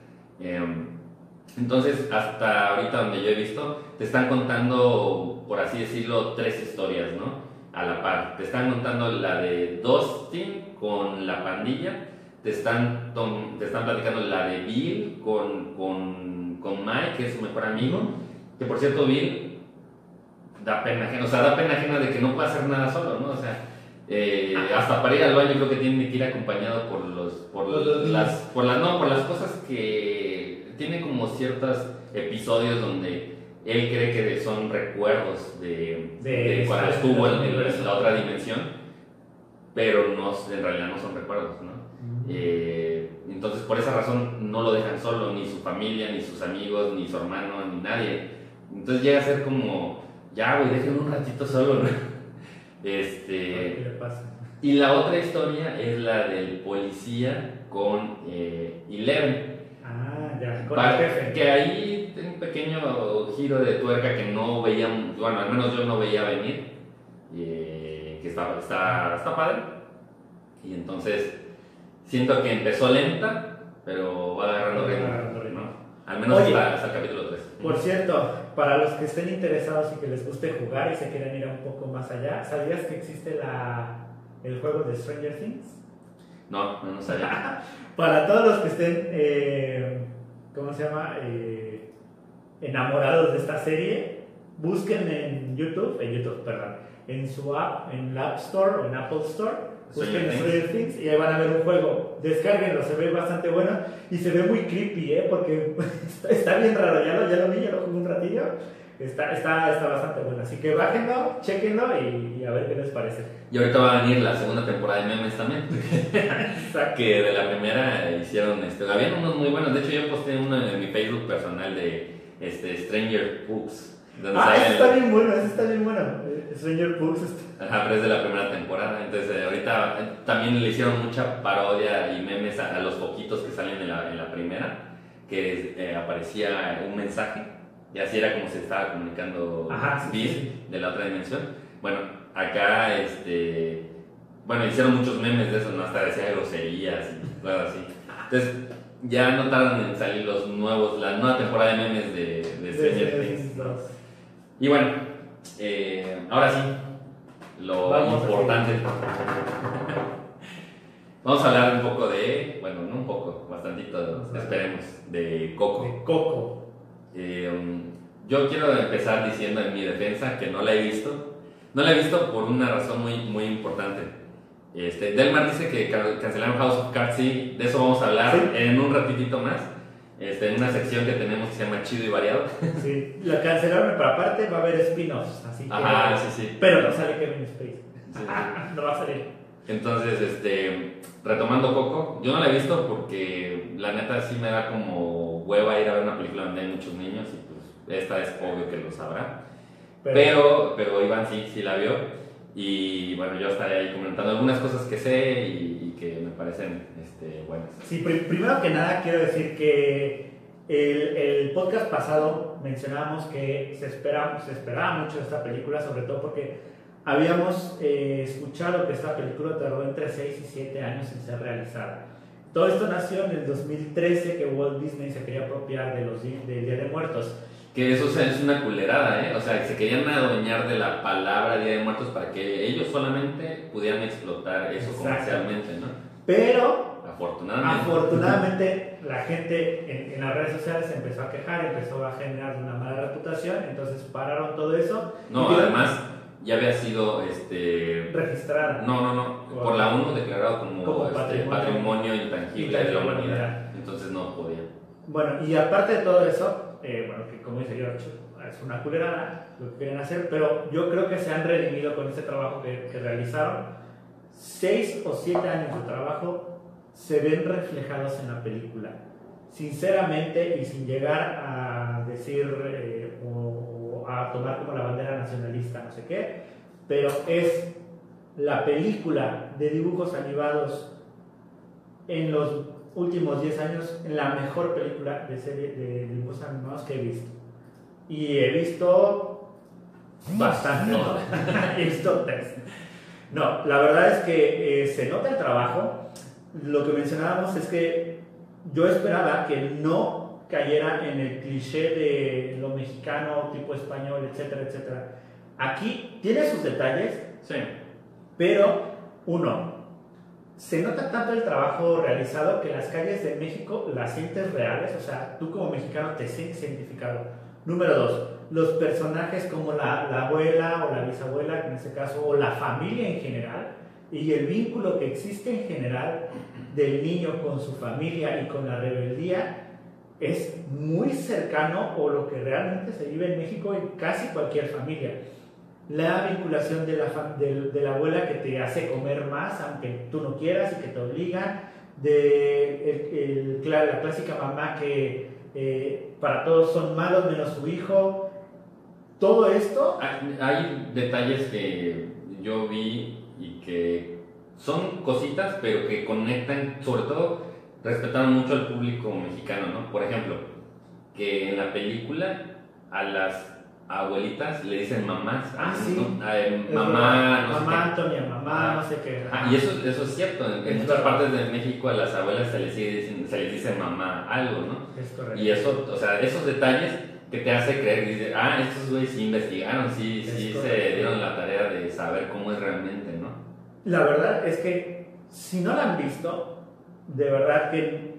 Entonces, hasta ahorita donde yo he visto, te están contando, por así decirlo, 3 historias, ¿no? A la par. Te están contando la de Dustin con la pandilla, te están platicando la de Bill con Mike, que es su mejor amigo, que por cierto, Bill da pena ajena, de que no puede hacer nada solo, ¿no? O sea, hasta para ir al baño creo que tiene que ir acompañado por las cosas que tiene como ciertos episodios donde él cree que son recuerdos de cuando estuvo en la otra dimensión, pero en realidad no son recuerdos, ¿no? Entonces por esa razón no lo dejan solo, ni su familia, ni sus amigos, ni su hermano, ni nadie. Entonces llega a ser como, ya güey, déjenme un ratito solo, ¿no? ¿Qué le pasa? Y la otra historia es la del policía con Eleven. Ya, con el jefe. Que ahí tiene un pequeño giro de tuerca que no veía, bueno, al menos yo no veía venir, que está padre. Y entonces siento que empezó lenta, pero va agarrando ritmo, ¿no? Al menos hasta el capítulo 3. Por cierto, para los que estén interesados y que les guste jugar y se quieran ir un poco más allá, ¿sabías que existe el juego de Stranger Things? No sabía. Para todos los que estén, ¿cómo se llama? Enamorados de esta serie, busquen en YouTube, en su app, en la App Store o en Apple Store, busquen Stranger Things y ahí van a ver un juego. Descárguenlo, se ve bastante bueno y se ve muy creepy, porque está bien raro. Ya lo vi, ya lo jugué un ratillo. Está bastante bueno. Así que bájenlo, chequenlo y a ver qué les parece. Y ahorita va a venir la segunda temporada de memes también. Que de la primera hicieron, habían unos muy buenos. De hecho, yo posté uno en mi Facebook personal de Stranger Books. Ese está bien bueno, Stranger Books. Ajá, pero es de la primera temporada. Entonces, ahorita también le hicieron mucha parodia y memes a los poquitos que salen en la primera, que aparecía un mensaje. Y así era como se estaba comunicando Bill de la otra dimensión. Bueno, acá hicieron muchos memes de eso, ¿no? Hasta decía groserías y cosas así. Entonces, ya no tardan en salir la nueva temporada de memes de Stranger Things. Y bueno, ahora sí, importante. Vamos a hablar un poco no un poco, bastantito, esperemos, de Coco. Yo quiero empezar diciendo en mi defensa que no la he visto. No la he visto por una razón muy, muy importante. Delmar dice que cancelaron House of Cards, sí, de eso vamos a hablar en un ratitito más. En una sección que tenemos que se llama Chido y Variado. Sí, la cancelaron, pero aparte va a haber spin-offs, así que... sí. Pero no sale Kevin Spacey. Sí. No va a salir. Entonces, retomando Coco, yo no la he visto porque la neta sí me da como hueva ir a ver una película donde hay muchos niños y pues esta es obvio que lo sabrá. Pero Iván sí la vio y bueno, yo estaré ahí comentando algunas cosas que sé y que me parecen buenas. Sí, primero que nada quiero decir que el podcast pasado mencionábamos que se esperaba mucho de esta película, sobre todo porque habíamos escuchado que esta película tardó entre 6 y 7 años en ser realizada. Todo esto nació en el 2013, que Walt Disney se quería apropiar del Día de Muertos. Que eso es una culerada, O sea, que se querían adueñar de la palabra Día de Muertos para que ellos solamente pudieran explotar eso comercialmente, ¿no? Pero, afortunadamente la gente en las redes sociales se empezó a quejar, empezó a generar una mala reputación, entonces pararon todo eso. No, además ya había sido registrada. No, por la ONU declarado como patrimonio intangible de la humanidad. Entonces no podía. Bueno, y aparte de todo eso, que como dice George, es una culerada lo que quieren hacer, pero yo creo que se han redimido con este trabajo que realizaron. 6 o 7 años de trabajo se ven reflejados en la película. Sinceramente, y sin llegar a decir o a tomar como la bandera nacionalista, no sé qué, pero es la película de dibujos animados en los últimos 10 años la mejor película de serie de dibujos animados que he visto. y he visto bastante, ¿no? He visto 3. No, la verdad es que se nota el trabajo. Lo que mencionábamos es que yo esperaba que no cayera en el cliché de lo mexicano, tipo español, etcétera, etcétera. Aquí tiene sus detalles, Sí. pero se nota tanto el trabajo realizado que las calles de México las sientes reales, o sea, tú como mexicano te sientes identificado. Número 2, los personajes como la abuela o la bisabuela, en este caso, o la familia en general, y el vínculo que existe en general del niño con su familia y con la rebeldía, es muy cercano o lo que realmente se vive en México en casi cualquier familia. La vinculación de la abuela que te hace comer más aunque tú no quieras y que te obliga, la clásica mamá que para todos son malos menos su hijo. Todo esto... Hay detalles que yo vi y que son cositas, pero que conectan, sobre todo respetaron mucho al público mexicano, ¿no? Por ejemplo, que en la película a las abuelitas le dicen mamás. Sí. Mamá, no sé mamá qué. Antonia, mamá, no sé qué. Y eso es cierto. En muchas partes de México a las abuelas se les dice mamá algo, ¿no? Es correcto. Y eso, o sea, esos detalles que te hace creer, dices, estos güeyes sí investigaron, sí se dieron la tarea de saber cómo es realmente, ¿no? La verdad es que si no la han visto, de verdad que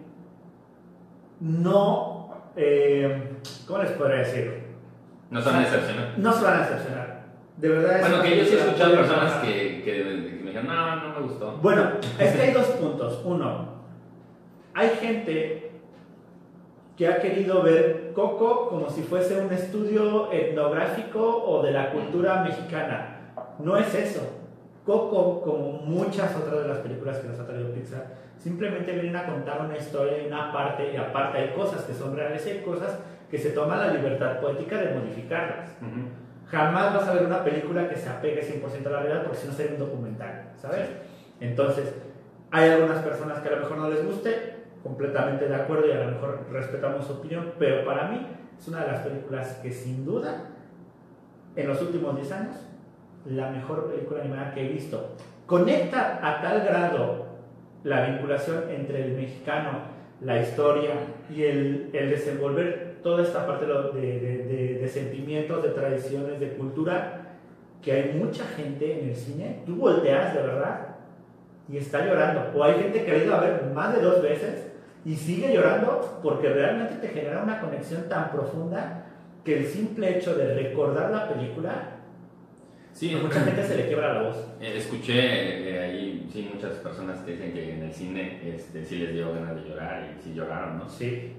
no, ¿cómo les podría decir? No se van a decepcionar. No se van a decepcionar. De verdad. Bueno, que yo sí he escuchado personas que me dijeron, no me gustó. Bueno, es que hay 2 puntos. Uno, hay gente que ha querido ver Coco como si fuese un estudio etnográfico o de la cultura mexicana. No es eso. Coco, como muchas otras de las películas que nos ha traído Pixar, simplemente vienen a contar una historia y una parte, y aparte hay cosas que son reales y hay cosas que se toma la libertad poética de modificarlas. Jamás vas a ver una película que se apegue 100% a la realidad porque si no sería un documental, ¿sabes? Entonces, hay algunas personas que a lo mejor no les guste, completamente de acuerdo y a lo mejor respetamos su opinión, pero para mí es una de las películas que sin duda, en los últimos 10 años, la mejor película animada que he visto. Conecta a tal grado la vinculación entre el mexicano, la historia y el desenvolver toda esta parte de sentimientos, de tradiciones, de cultura, que hay mucha gente en el cine, tú volteas de verdad y está llorando, o hay gente que ha ido a ver más de 2 veces y sigue llorando porque realmente te genera una conexión tan profunda que el simple hecho de recordar la película, sí, a mucha gente se le quiebra la voz. Escuché ahí, sí, muchas personas que dicen que en el cine sí les dio ganas de llorar y sí lloraron, ¿no? Sí.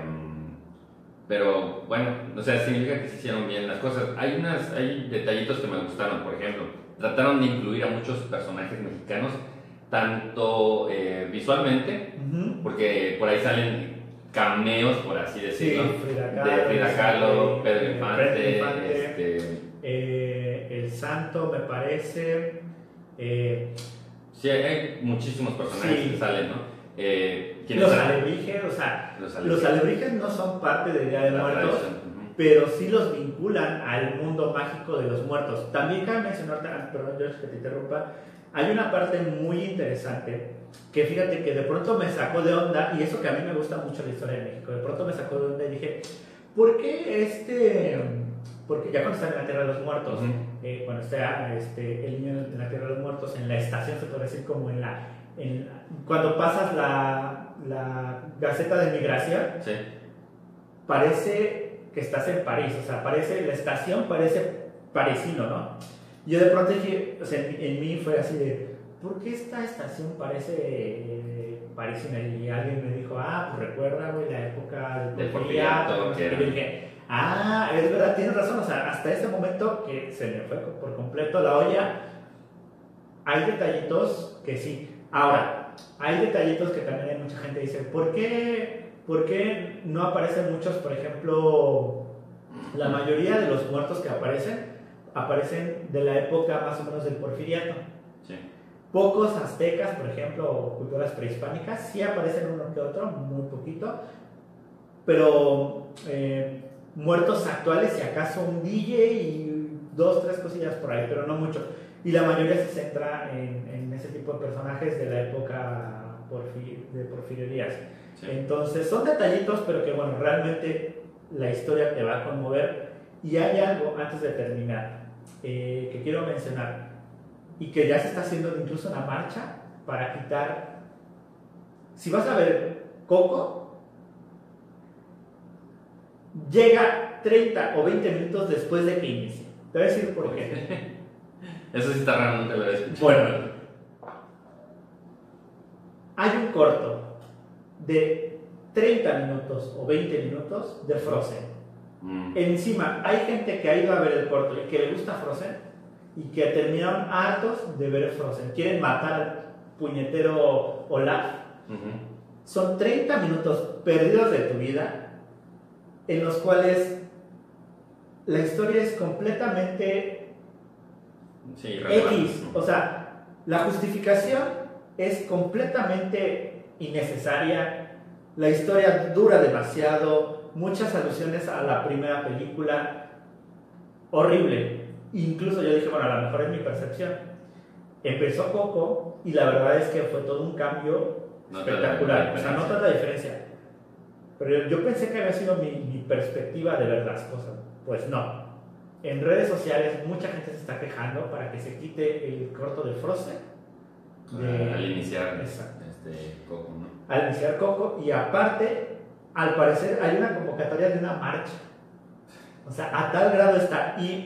Pero bueno, o sea, significa que se hicieron bien las cosas. Hay detallitos que me gustaron, por ejemplo, trataron de incluir a muchos personajes mexicanos, tanto visualmente, porque por ahí salen cameos, por así decirlo, de Frida Kahlo, Pedro Infante, El Santo, me parece. Sí, hay muchísimos personajes que salen, ¿no? Los alebrijes, o sea, los alebrijes no son parte del Día de Muertos, pero sí los vinculan al mundo mágico de los muertos. También cabe mencionar, perdón George que te interrumpa, hay una parte muy interesante que fíjate que de pronto me sacó de onda, y eso que a mí me gusta mucho la historia de México, de pronto me sacó de onda y dije, ¿por qué porque ya cuando están en la Tierra de los Muertos, cuando está el niño en la Tierra de los Muertos, en la estación, se puede decir como cuando pasas la Gaceta de Migración, sí, parece que estás en París, o sea, la estación parece parisino, ¿no? Yo de pronto dije, o sea, en mí fue así de, ¿por qué esta estación parece parisina? Y alguien me dijo, pues recuerda, güey, la época del Porfiriato. Y yo dije, es verdad, tienes razón, o sea, hasta ese momento que se me fue por completo la olla, hay detallitos que sí. Ahora, hay detallitos que también hay mucha gente que dice, ¿por qué no aparecen muchos, por ejemplo, la mayoría de los muertos que aparecen de la época más o menos del Porfiriato? Sí. Pocos aztecas, por ejemplo, o culturas prehispánicas, sí aparecen uno que otro, muy poquito, pero muertos actuales, si acaso un DJ y 2, 3 cosillas por ahí, pero no mucho. Y la mayoría se centra en ese tipo de personajes de la época de Porfirio Díaz. Sí. Entonces son detallitos, pero que bueno, realmente la historia te va a conmover. Y hay algo antes de terminar que quiero mencionar y que ya se está haciendo incluso una marcha para quitar. Si vas a ver Coco, llega 30 o 20 minutos después de que inicie. Te voy a decir por qué. Eso sí está raro, nunca lo he escuchado. Bueno, hay un corto de 30 minutos o 20 minutos de Frozen. Encima, hay gente que ha ido a ver el corto y que le gusta Frozen y que terminaron hartos de ver Frozen. Quieren matar al puñetero Olaf. Son 30 minutos perdidos de tu vida en los cuales la historia es completamente X. O sea, la justificación es completamente innecesaria. La historia dura demasiado. Muchas alusiones a la primera película. Horrible. Incluso yo dije, bueno, a lo mejor es mi percepción. Empezó Coco y la verdad es que fue todo un cambio espectacular. O sea, no tanta diferencia. Pero yo pensé que había sido mi perspectiva de ver las cosas. Pues no. En redes sociales mucha gente se está quejando para que se quite el corto de Frozen. Al iniciar Coco, ¿no? Al iniciar Coco, y aparte, al parecer hay una convocatoria de una marcha. O sea, a tal grado está. Y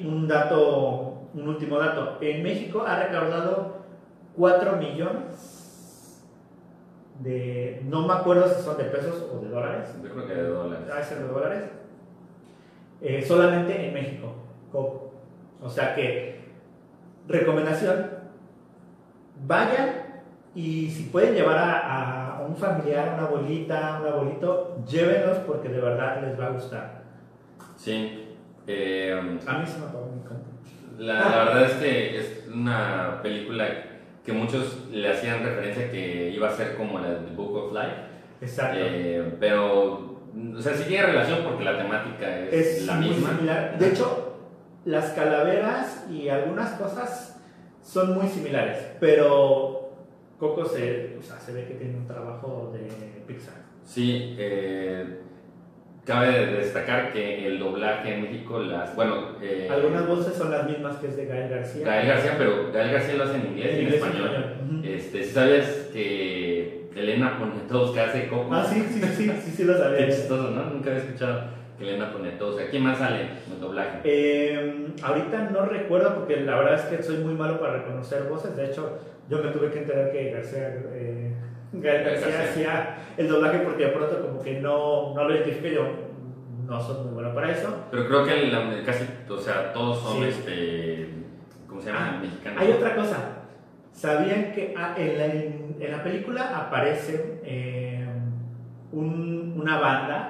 un último dato. En México ha recaudado 4 millones de... No me acuerdo si son de pesos o de dólares. Yo creo que de dólares. Ah, es de dólares. Solamente en México. Coco. O sea que, recomendación, vayan y si pueden llevar a un familiar, una abuelita, un abuelito, llévenlos porque de verdad les va a gustar. Sí. A mí se me apagó mi cámara. La verdad es que es una película que muchos le hacían referencia que iba a ser como la de The Book of Life. Exacto. Pero, o sea, sí tiene relación porque la temática es la misma. Similar. De hecho, las calaveras y algunas cosas son muy similares, pero Coco se ve que tiene un trabajo de Pixar. Sí, cabe destacar que el doblaje en México, algunas voces son las mismas que es de Gael García. Gael García, pero Gael García lo hace en inglés y en español. ¿Sabías que Elena Poniatowska hace Coco? Ah, sí lo sabía. Qué chistoso, ¿no? Nunca había escuchado que Elena Poniatowska. ¿Quién más sale en el doblaje? Ahorita no recuerdo porque la verdad es que soy muy malo para reconocer voces. De hecho, yo me tuve que enterar que Gael García hacía el doblaje porque de pronto como que no lo identifiqué. Yo no soy muy bueno para eso. Pero creo que casi, o sea, todos son ¿cómo se llama? Mexicanos. Hay otra cosa. ¿Sabían que en la película aparece una banda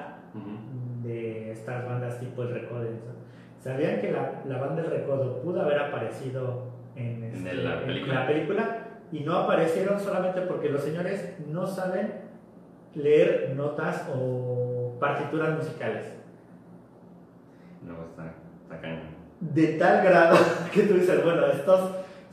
de estas bandas tipo El Recodo? ¿Sabían que la banda El Recodo pudo haber aparecido en la película? Y no aparecieron solamente porque los señores no saben leer notas o partituras musicales. No, está cañón. De tal grado que tú dices, bueno, estos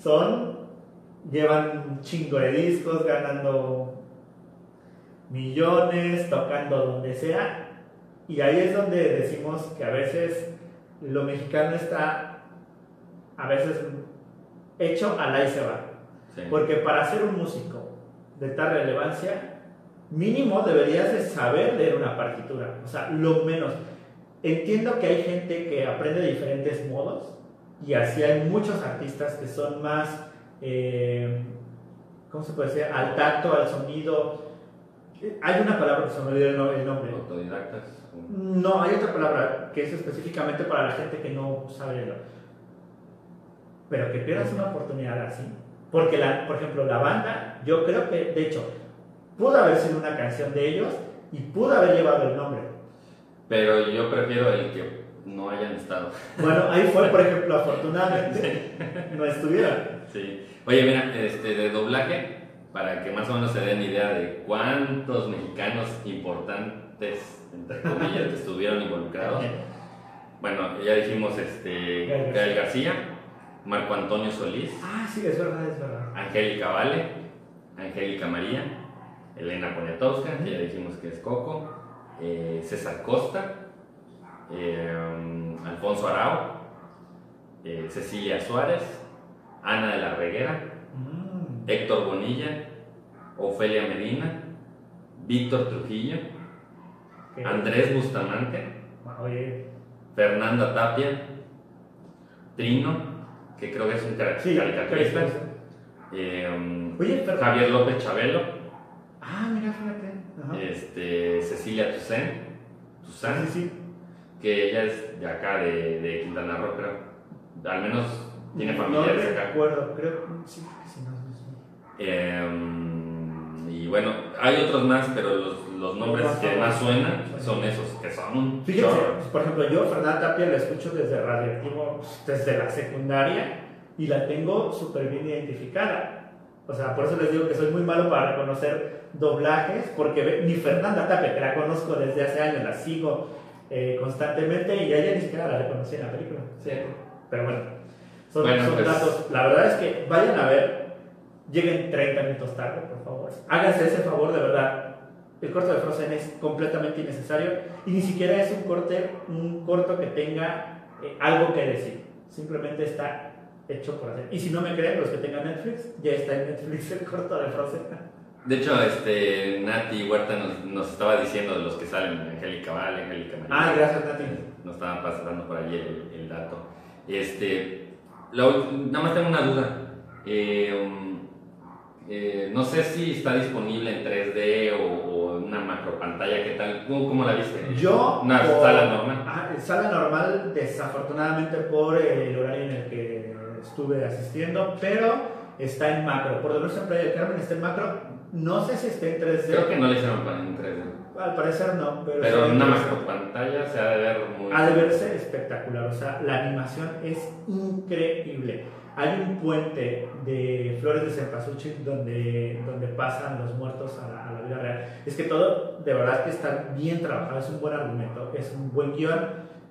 llevan un chingo de discos, ganando millones, tocando donde sea. Y ahí es donde decimos que a veces lo mexicano está a veces hecho al ahí se va. Sí. Porque para ser un músico de tal relevancia, mínimo deberías de saber leer una partitura. O sea, lo menos. Entiendo que hay gente que aprende de diferentes modos y así hay muchos artistas que son más, ¿cómo se puede decir? Al tacto, al sonido. Hay una palabra que se me olvidó el nombre. ¿Autodidactas? No, hay otra palabra que es específicamente para la gente que no sabe leerlo. Pero que pierdas una oportunidad así. Porque, por ejemplo, la banda, yo creo que, de hecho, pudo haber sido una canción de ellos y pudo haber llevado el nombre. Pero yo prefiero el que no hayan estado. Bueno, ahí fue, por ejemplo, afortunadamente, no estuvieron. Sí. Oye, mira, de doblaje, para que más o menos se den idea de cuántos mexicanos importantes, entre comillas, estuvieron involucrados. Bueno, ya dijimos Gael García, Marco Antonio Solís. Ah, sí, es verdad. Angélica Vale, Angélica María, Elena Poniatowska, que ya dijimos que es Coco, César Costa, Alfonso Arau, Cecilia Suárez, Ana de la Reguera, Héctor Bonilla, Ofelia Medina, Víctor Trujillo, Andrés Bustamante, Fernanda Tapia, Trino, que creo que es un caricaturista, Javier López Chabelo, mira, fíjate. Cecilia Toussaint, sí. Que ella es de acá, de Quintana Roo, creo. Al menos tiene familiares acá. No recuerdo, creo que sí, y bueno, hay otros más, pero los nombres que más suenan son esos, que son un Fíjense, chorro. por ejemplo, yo Fernanda Tapia la escucho desde Radioactivo, desde la secundaria, y la tengo súper bien identificada. O sea, por eso les digo que soy muy malo para reconocer doblajes, porque ni Fernanda Tapia, que la conozco desde hace años, la sigo constantemente, y a ella ni siquiera la reconocí en la película. Sí. Pero bueno, son datos. La verdad es que vayan a ver, lleguen 30 minutos tarde, por favor. Háganse ese favor, de verdad. El corto de Frozen es completamente innecesario y ni siquiera es un corto que tenga algo que decir. Simplemente está hecho por hacer. Y si no me creen, los que tengan Netflix, ya está en Netflix el corto de Frozen. De hecho, Nati Huerta nos estaba diciendo de los que salen, Angélica Vale, Angélica María. Gracias, Nati. Nos estaba pasando por allí el dato. Nada más tengo una duda. No sé si está disponible en 3D o en una macro pantalla. ¿Qué tal? ¿Cómo la viste? ¿Una sala normal? Sala normal, desafortunadamente por el horario en el que estuve asistiendo, pero está en macro. Por lo menos en Playa del Carmen está en macro. No sé si está en 3D. Creo que no le hicieron en 3D. Al parecer no. Pero en una macro pantalla se ha de ver muy... Ha de verse espectacular. O sea, la animación es increíble. Hay un puente de flores de cempasúchil donde pasan los muertos a la vida real. Es que todo, de verdad, que está bien trabajado. Es un buen argumento, es un buen guión.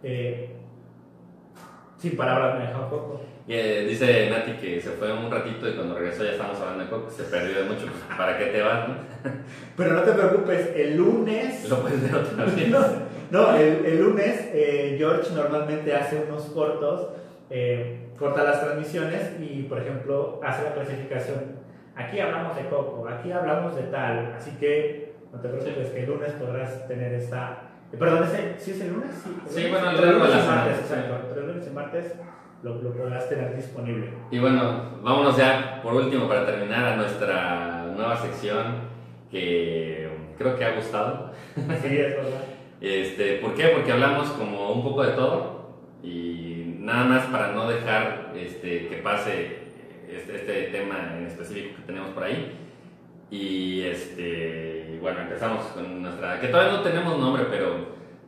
Sin palabras me deja un poco. Dice Nati que se fue un ratito y cuando regresó ya estábamos hablando de Coco, se perdió de mucho. Pues, ¿para qué te vas, no? Pero no te preocupes, el lunes... Lo puedes ver otra vez. No, el lunes George normalmente hace unos cortos, corta las transmisiones y, por ejemplo, hace la clasificación. Aquí hablamos de Coco, aquí hablamos de tal, así que no te preocupes, que el lunes podrás tener esta... Perdón, ¿sí es el lunes? Sí, bueno, el lunes y martes, exacto. Entre el lunes y martes lo podrás tener disponible. Y bueno, vámonos ya, por último, para terminar, a nuestra nueva sección que creo que ha gustado. Sí, es verdad. ¿Por qué? Porque hablamos como un poco de todo y nada más para no dejar que pase este tema en específico que tenemos por ahí. Y bueno, empezamos con nuestra, que todavía no tenemos nombre, pero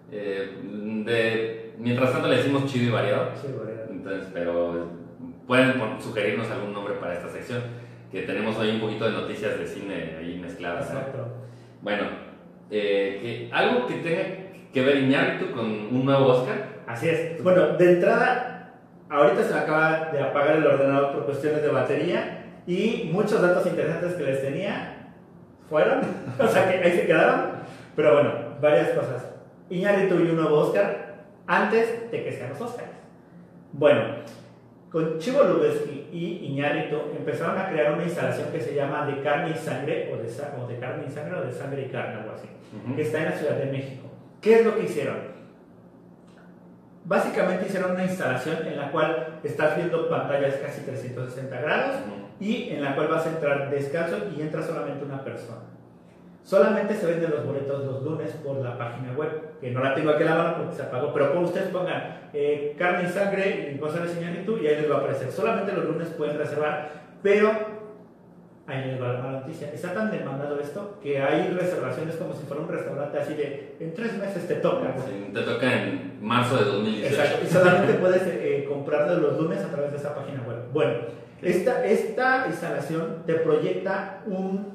mientras tanto le decimos chido y variado. Sí, variado. Entonces, pero pueden sugerirnos algún nombre para esta sección, que tenemos hoy un poquito de noticias de cine ahí mezcladas. Exacto. ¿No? Bueno, algo que tenga que ver Iñárritu con un nuevo Oscar. Así es. Bueno, de entrada, ahorita se me acaba de apagar el ordenador por cuestiones de batería y muchos datos interesantes que les tenía fueron, o sea que ahí se quedaron. Pero bueno, varias cosas. Iñárritu y un nuevo Oscar antes de que sean los Oscars. Bueno, con Chivo Lubeski y Iñárritu empezaron a crear una instalación que se llama De Carne y Sangre, o de Carne y Sangre, o de Sangre y Carne, algo así, que está en la Ciudad de México. ¿Qué es lo que hicieron? Básicamente hicieron una instalación en la cual estás viendo pantallas casi 360 grados y en la cual vas a entrar descalzo y entra solamente una persona. Solamente se venden los boletos los lunes por la página web, que no la tengo aquí a la mano porque se apagó, pero como ustedes pongan Carne y Sangre y González Iñárritu y ahí les va a aparecer. Solamente los lunes pueden reservar, pero ahí les va la noticia. Está tan demandado esto que hay reservaciones como si fuera un restaurante así de en 3 meses te toca. Sí, te toca en marzo de 2018. Exacto, y solamente puedes comprarlo los lunes a través de esa página web. Bueno, esta instalación te proyecta un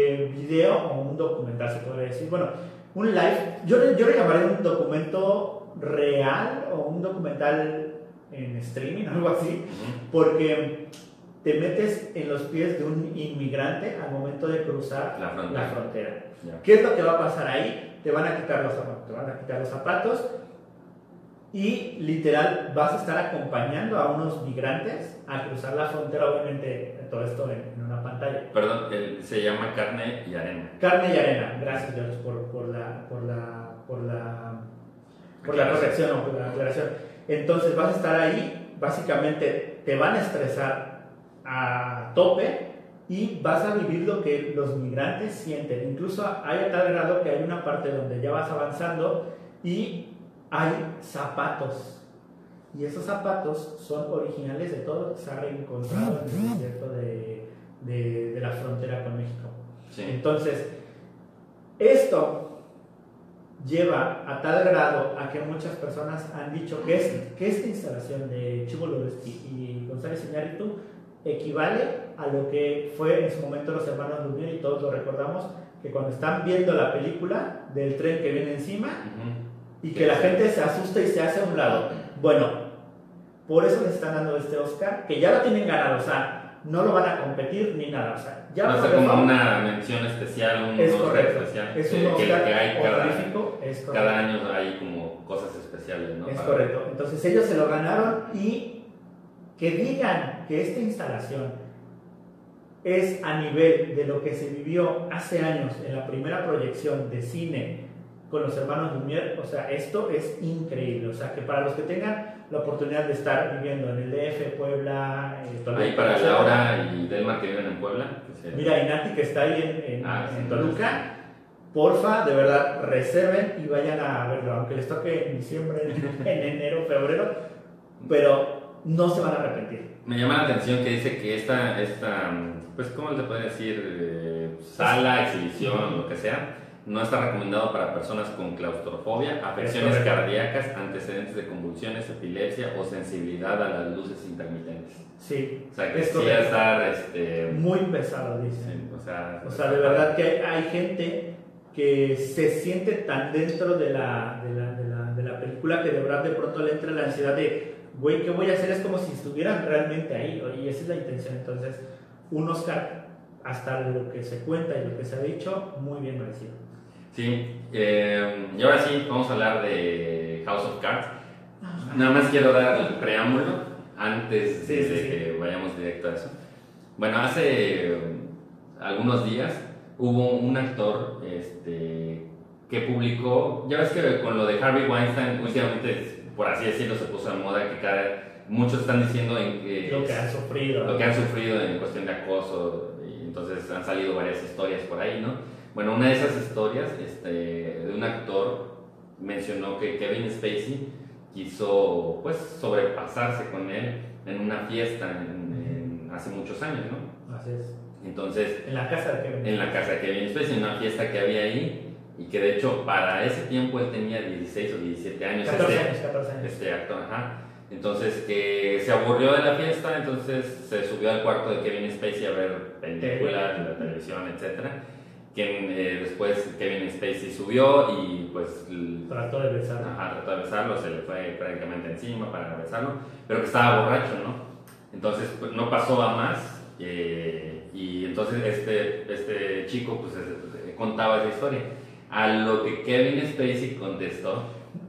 video o un documental, se podría decir. Bueno, un live, yo le llamaría un documento real o un documental en streaming, algo así, porque te metes en los pies de un inmigrante al momento de cruzar la frontera. Yeah. ¿Qué es lo que va a pasar ahí? Te van a quitar los zapatos y literal vas a estar acompañando a unos migrantes a cruzar la frontera, obviamente todo esto en una pantalla. Perdón, se llama Carne y Arena. Carne y Arena, gracias George por la corrección o por la aclaración. Entonces vas a estar ahí, básicamente te van a estresar a tope y vas a vivir lo que los migrantes sienten. Incluso hay a tal grado que hay una parte donde ya vas avanzando y hay zapatos. Y esos zapatos son originales de todo lo que se ha reencontrado en el desierto de la frontera con México. Sí. Entonces, esto lleva a tal grado a que muchas personas han dicho que esta instalación de Chivo Lubeski y González Iñárritu equivale a lo que fue en su momento los hermanos Lumière, y todos lo recordamos, que cuando están viendo la película del tren que viene encima y que la gente se asusta y se hace a un lado. Bueno, por eso les están dando este Oscar, que ya lo tienen ganado, o sea, no lo van a competir ni nada, o sea, ya no sé, como una mención especial, un Oscar especial. Es un Oscar que hay honorífico, cada año hay como cosas especiales, ¿no? Es correcto. Entonces ellos se lo ganaron, y que digan que esta instalación es a nivel de lo que se vivió hace años en la primera proyección de cine con los hermanos Lumière, o sea, esto es increíble. O sea, que para los que tengan la oportunidad de estar viviendo en el DF, Puebla, Toluca. Ahí para Laura y Delmar que viven en Puebla. Mira, y Nati que está ahí en Toluca, porfa, de verdad, reserven y vayan a verlo, aunque les toque en diciembre, en enero, febrero, pero no se van a arrepentir. Me llama la atención que dice que esta pues, ¿cómo se puede decir? Sala, exhibición, lo que sea, no está recomendado para personas con claustrofobia, afecciones cardíacas, antecedentes de convulsiones, epilepsia o sensibilidad a las luces intermitentes. Sí. O sea, que sí va a estar muy pesado, dice. Sí, o sea, de verdad que hay gente que se siente tan dentro de la película que de verdad de pronto le entra la ansiedad de, güey, ¿qué voy a hacer? Es como si estuvieran realmente ahí, y esa es la intención. Entonces, un Oscar, hasta lo que se cuenta y lo que se ha dicho, muy bien merecido. Sí, y ahora sí, vamos a hablar de House of Cards. Nada más quiero dar el preámbulo antes de que vayamos directo a eso. Bueno, hace algunos días hubo un actor que publicó, ya ves que con lo de Harvey Weinstein últimamente, por así decirlo, se puso de moda, que muchos están diciendo lo que han sufrido en cuestión de acoso, y entonces han salido varias historias por ahí, ¿no? Bueno, una de esas historias de un actor mencionó que Kevin Spacey quiso, pues, sobrepasarse con él en una fiesta hace muchos años, ¿no? Así es. Entonces, en la casa de Kevin. En la casa de Kevin Spacey, en una fiesta que había ahí, y que de hecho para ese tiempo él tenía 16 o 17 años. 14 años. Este actor, ajá. Entonces, que se aburrió de la fiesta, entonces se subió al cuarto de Kevin Spacey a ver películas, la televisión, etcétera. Después Kevin Spacey subió y pues trató de besarlo. Trató de besarlo, se le fue prácticamente encima para besarlo, pero que estaba borracho, ¿no? Entonces pues, no pasó a más, y entonces este chico pues contaba esa historia. A lo que Kevin Spacey contestó.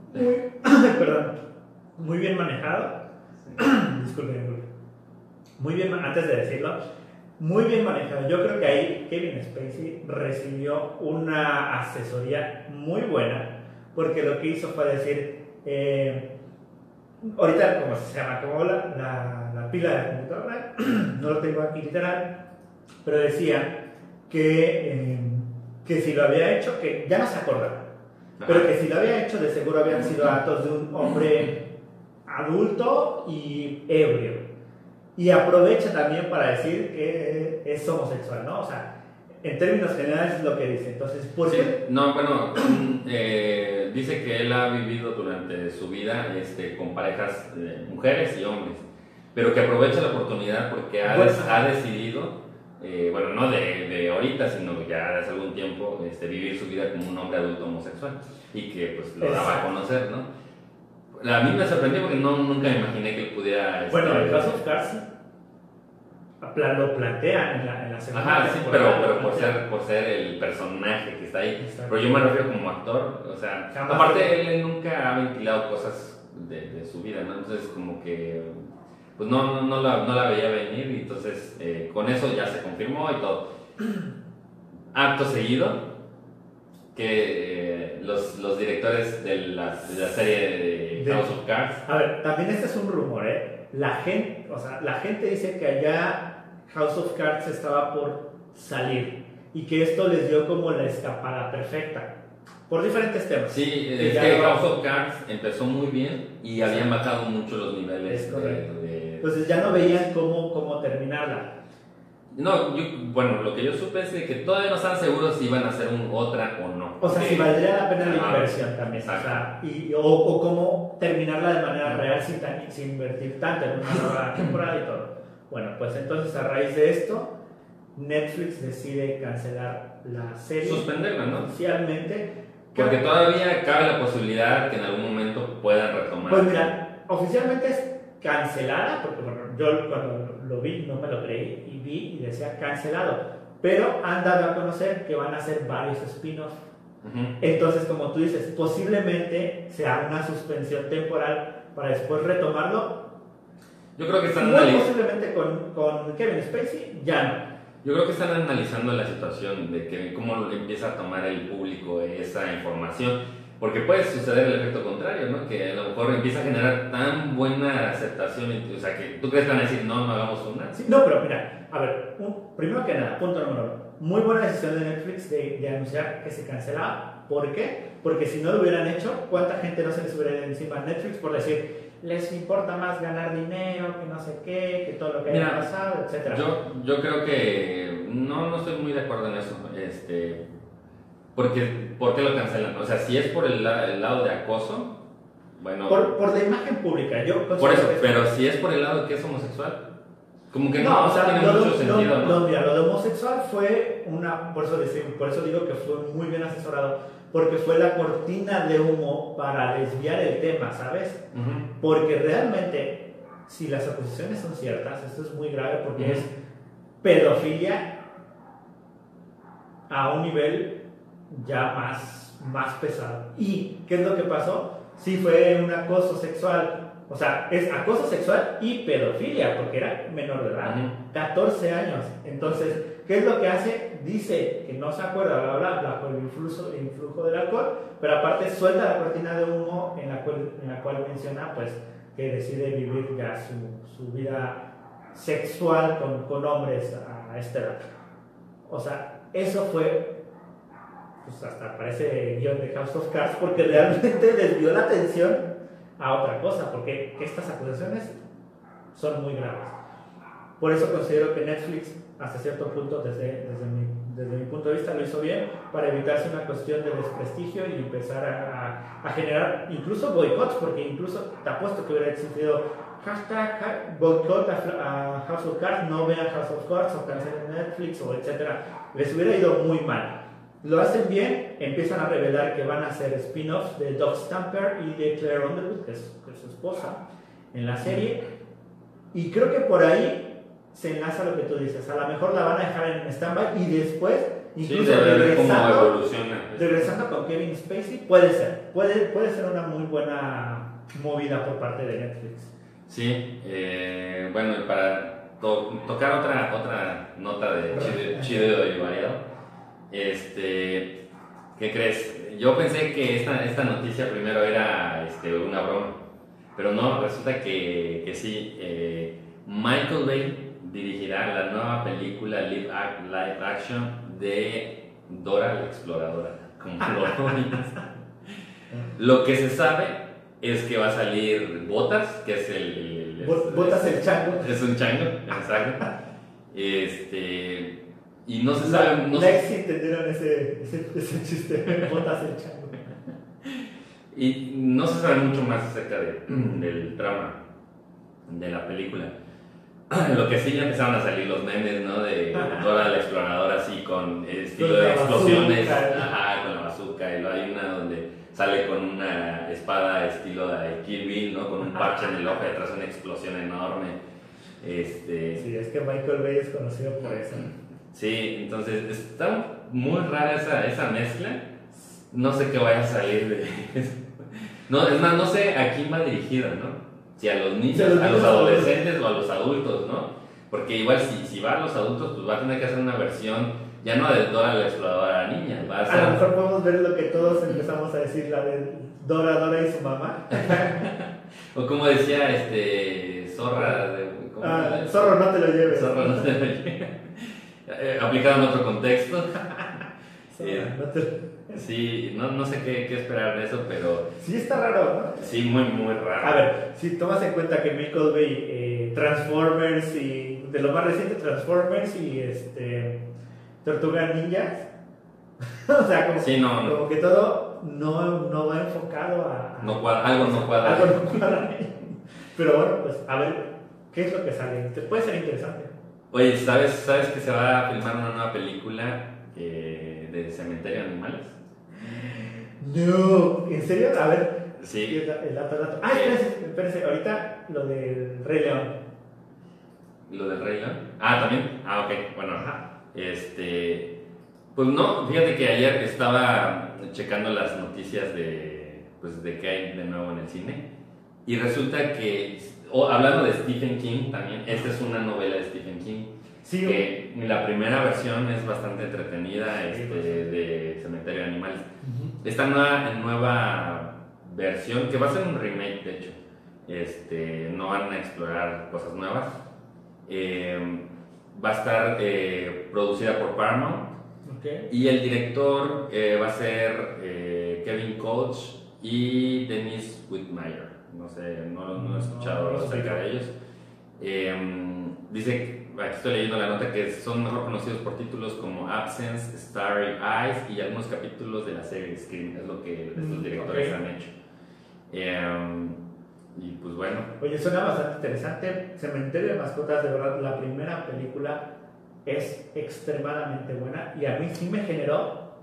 Muy bien manejado. Disculpen. Muy bien, antes de decirlo, muy bien manejado. Yo creo que ahí Kevin Spacey recibió una asesoría muy buena, porque lo que hizo fue decir, ahorita como se llama, como la pila de la computadora, no lo tengo aquí literal, pero decía que si lo había hecho, que ya no se acordaba, pero que si lo había hecho de seguro habían sido actos de un hombre adulto y ebrio. Y aprovecha también para decir que es homosexual, ¿no? O sea, en términos generales es lo que dice. Entonces, ¿por qué? No, bueno, dice que él ha vivido durante su vida con parejas, mujeres y hombres, pero que aprovecha la oportunidad porque ha decidido, bueno, no de ahorita, sino ya de hace algún tiempo, vivir su vida como un hombre adulto homosexual, y que pues lo daba a conocer, ¿no? A mí me sorprendió porque nunca me imaginé que pudiera... Bueno, el House of Cards lo plantean en la segunda Ajá, sí, temporada. pero por ser el personaje que está ahí. Exacto. Pero yo me refiero como actor, o sea, Jamás aparte él nunca ha ventilado cosas de su vida, ¿no? Entonces como que pues no la veía venir y entonces con eso ya se confirmó y todo. Acto seguido, que los directores de la serie de House of Cards... A ver, también este es un rumor, ¿eh? La gente dice que allá House of Cards estaba por salir y que esto les dio como la escapada perfecta por diferentes temas. Sí, es que House of Cards empezó muy bien y habían bajado mucho los niveles Entonces ya no veían cómo terminarla. No, bueno, lo que yo supe es de que todavía no están seguros si iban a hacer otra o no. O sea, si valdría la pena la inversión también. O sea, o cómo terminarla de manera real sin invertir tanto en una nueva temporada y todo. Bueno, pues entonces a raíz de esto, Netflix decide cancelar la serie. Suspenderla, ¿no? Oficialmente. Porque todavía cabe la posibilidad que en algún momento puedan retomar. Pues mira, oficialmente es cancelada, porque bueno, yo cuando lo vi no me lo creí y vi y decía cancelado, pero han dado a conocer que van a hacer varios spin-offs. Entonces, como tú dices, posiblemente sea una suspensión temporal para después retomarlo. Yo creo que están posiblemente con Kevin Spacey, ya no. Yo creo que están analizando la situación de que cómo empieza a tomar el público esa información. Porque puede suceder el efecto contrario, ¿no? Que a lo mejor empieza a generar tan buena aceptación, o sea, que tú crees que van a decir, no hagamos una. Sí, no, pero mira, a ver, primero que nada, punto número 1. Muy buena decisión de Netflix de anunciar que se cancelaba. ¿Por qué? Porque si no lo hubieran hecho, ¿cuánta gente no se les hubiera ido encima a Netflix por decir, les importa más ganar dinero, que no sé qué, que todo lo que haya pasado, etcétera? Yo creo que no estoy muy de acuerdo en eso. Porque, ¿por qué lo cancelan? O sea, si es por el lado de acoso, bueno... Por la imagen pública, yo... Por eso, pero si es por el lado que es homosexual, como que no, o sea, tiene mucho sentido, ¿no? Mira, lo de homosexual fue por eso digo que fue muy bien asesorado, porque fue la cortina de humo para desviar el tema, ¿sabes? Porque realmente, si las acusaciones son ciertas, esto es muy grave porque es pedofilia a un nivel ya más pesado. ¿Y qué es lo que pasó? Sí, fue un acoso sexual, o sea, es acoso sexual y pedofilia, porque era menor de edad, 14 años. Entonces, ¿qué es lo que hace? Dice que no se acuerda, bajo el influjo del alcohol, pero aparte suelta la cortina de humo en la cual menciona pues que decide vivir ya su vida sexual con hombres a esta edad. O sea, eso fue... pues hasta parece guión de House of Cards, porque realmente desvió la atención a otra cosa, porque estas acusaciones son muy graves. Por eso considero que Netflix, hasta cierto punto, desde mi punto de vista, lo hizo bien para evitarse una cuestión de desprestigio y empezar a generar incluso boicots, porque incluso te apuesto que hubiera existido hashtag boicot a House of Cards, no vean House of Cards o cancelen Netflix o etcétera. Les hubiera ido muy mal. Lo hacen bien, empiezan a revelar que van a hacer spin-offs de Doug Stamper y de Claire Underwood, que es su esposa, en la serie. Y creo que por ahí se enlaza lo que tú dices. A lo mejor la van a dejar en stand-by y después, incluso regresando con Kevin Spacey, puede ser una muy buena movida por parte de Netflix. Sí, bueno, para tocar otra nota de chido y variado. ¿Qué crees? Yo pensé que esta noticia primero era una broma, pero no, resulta que sí. Michael Bay dirigirá la nueva película live action de Dora la Exploradora, como lo oyes. Lo que se sabe es que va a salir Botas, que es Botas el chango. Es un chango, exacto. Y no se sabe. Lexi entendieron ese chiste, Botas el chango. Y no se sabe mucho más acerca del trama de la película. Lo que sí ya empezaron a salir los memes, ¿no? De Dora la Exploradora así con estilo de explosiones, con la bazooka. Y luego hay una donde sale con una espada estilo de Kill Bill, ¿no? Con un parche en el ojo y atrás una explosión enorme. Sí, es que Michael Bay es conocido por eso. Sí, entonces está muy rara esa mezcla. No sé qué vaya a salir de eso. No, es más, no sé a quién va dirigida, ¿no? Si a los niños, a los adolescentes o a los adultos, ¿no? Porque igual si va a los adultos, pues va a tener que hacer una versión ya no de Dora la exploradora niña. Va a ser... A lo mejor podemos ver lo que todos empezamos a decir, la de Dora y su mamá. O como decía Zorra. Zorro, no te lo lleves. Zorro, no te lo lleves. Aplicado en otro contexto. Sí, no sé qué esperar de eso, pero... Sí, está raro, ¿no? Sí, muy, muy raro. A ver, si tomas en cuenta que Michael Bay, Transformers y... De lo más reciente, Transformers y Tortugas Ninjas. O sea, como, sí, como que todo no va enfocado a... algo no cuadra. Algo no cuadra. Pero bueno, pues a ver, ¿qué es lo que sale? Puede ser interesante. Oye, ¿sabes que se va a filmar una nueva película de Cementerio de Animales? No, ¿en serio? A ver. Sí. El dato. Ah, espérense, ahorita lo del Rey León. ¿Lo del Rey León? Ah, ¿también? Ah, ok, bueno. Ajá. Pues no, fíjate que ayer estaba checando las noticias de qué hay de nuevo en el cine. Y resulta que, hablando de Stephen King también, esta es una novela de Stephen King. Sí, que la primera versión es bastante entretenida, de Cementerio de Animales. Esta nueva versión, que va a ser un remake, de hecho, no van a explorar cosas nuevas, va a estar producida por Paramount. Okay. Y el director va a ser Kevin Coach y Dennis Whitmire. No sé, no he escuchado acerca de ellos. Dice, aquí estoy leyendo la nota, que son mejor conocidos por títulos como Absence, Starry Eyes y algunos capítulos de la serie Scream. Es lo que estos directores han hecho. Y pues bueno. Oye, suena bastante interesante. Cementerio de Mascotas, de verdad, la primera película es extremadamente buena y a mí sí me generó.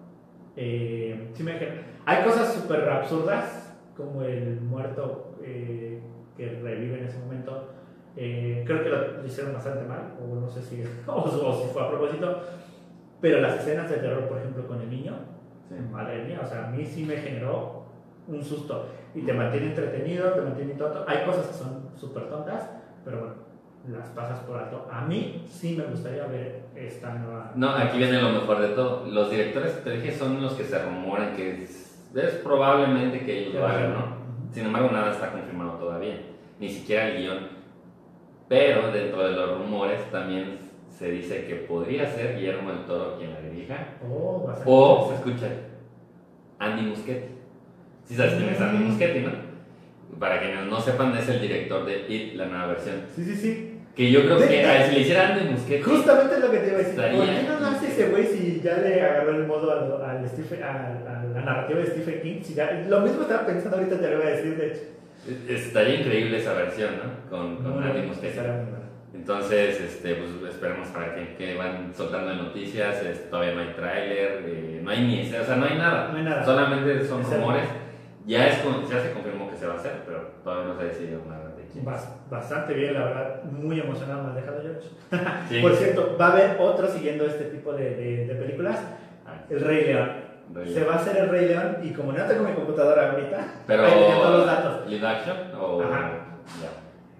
Hay cosas súper absurdas, como el muerto que revive en ese momento. Creo que lo hicieron bastante mal, o no sé si, o si fue a propósito, pero las escenas de terror, por ejemplo, con el niño, madre mía, o sea, a mí sí me generó un susto y te mantiene entretenido, te mantiene tonto. Hay cosas que son súper tontas, pero bueno, las pasas por alto. A mí sí me gustaría ver esta nueva. No, aquí viene lo mejor de todo. Los directores que te dije son los que se rumoran que es probablemente que ellos lo hagan, ¿no? Sin embargo, nada está confirmado todavía, ni siquiera el guión. Pero dentro de los rumores también se dice que podría ser Guillermo del Toro quien la dirija. O, escucha, Andy Muschietti. ¿Sí sabes quién es Andy Muschietti, no? Para quienes no sepan, es el director de It, la nueva versión. Sí. Que yo creo que si le hiciera Andy Muschietti... Justamente es lo que te iba a decir. ¿Por qué no hace ese güey si ya le agarró el modo a la narrativa de Stephen King? Si ya, lo mismo estaba pensando ahorita, te lo voy a decir, de hecho. Estaría increíble esa versión, ¿no? Con Andy Muschietti. Entonces, pues esperemos para que van soltando noticias. Todavía no hay tráiler, no hay no hay nada. Solamente son rumores. Ya se confirmó que se va a hacer, pero todavía no se ha decidido nada de quién. Bastante bien, la verdad. Muy emocionado me has dejado, George. Sí. Por cierto, va a haber otro siguiendo este tipo de películas. El Rey León. Se va a hacer el Rey León y como no tengo mi computadora ahorita, pero ahí tengo todos los datos. ¿Live action o...? Ajá. Ya.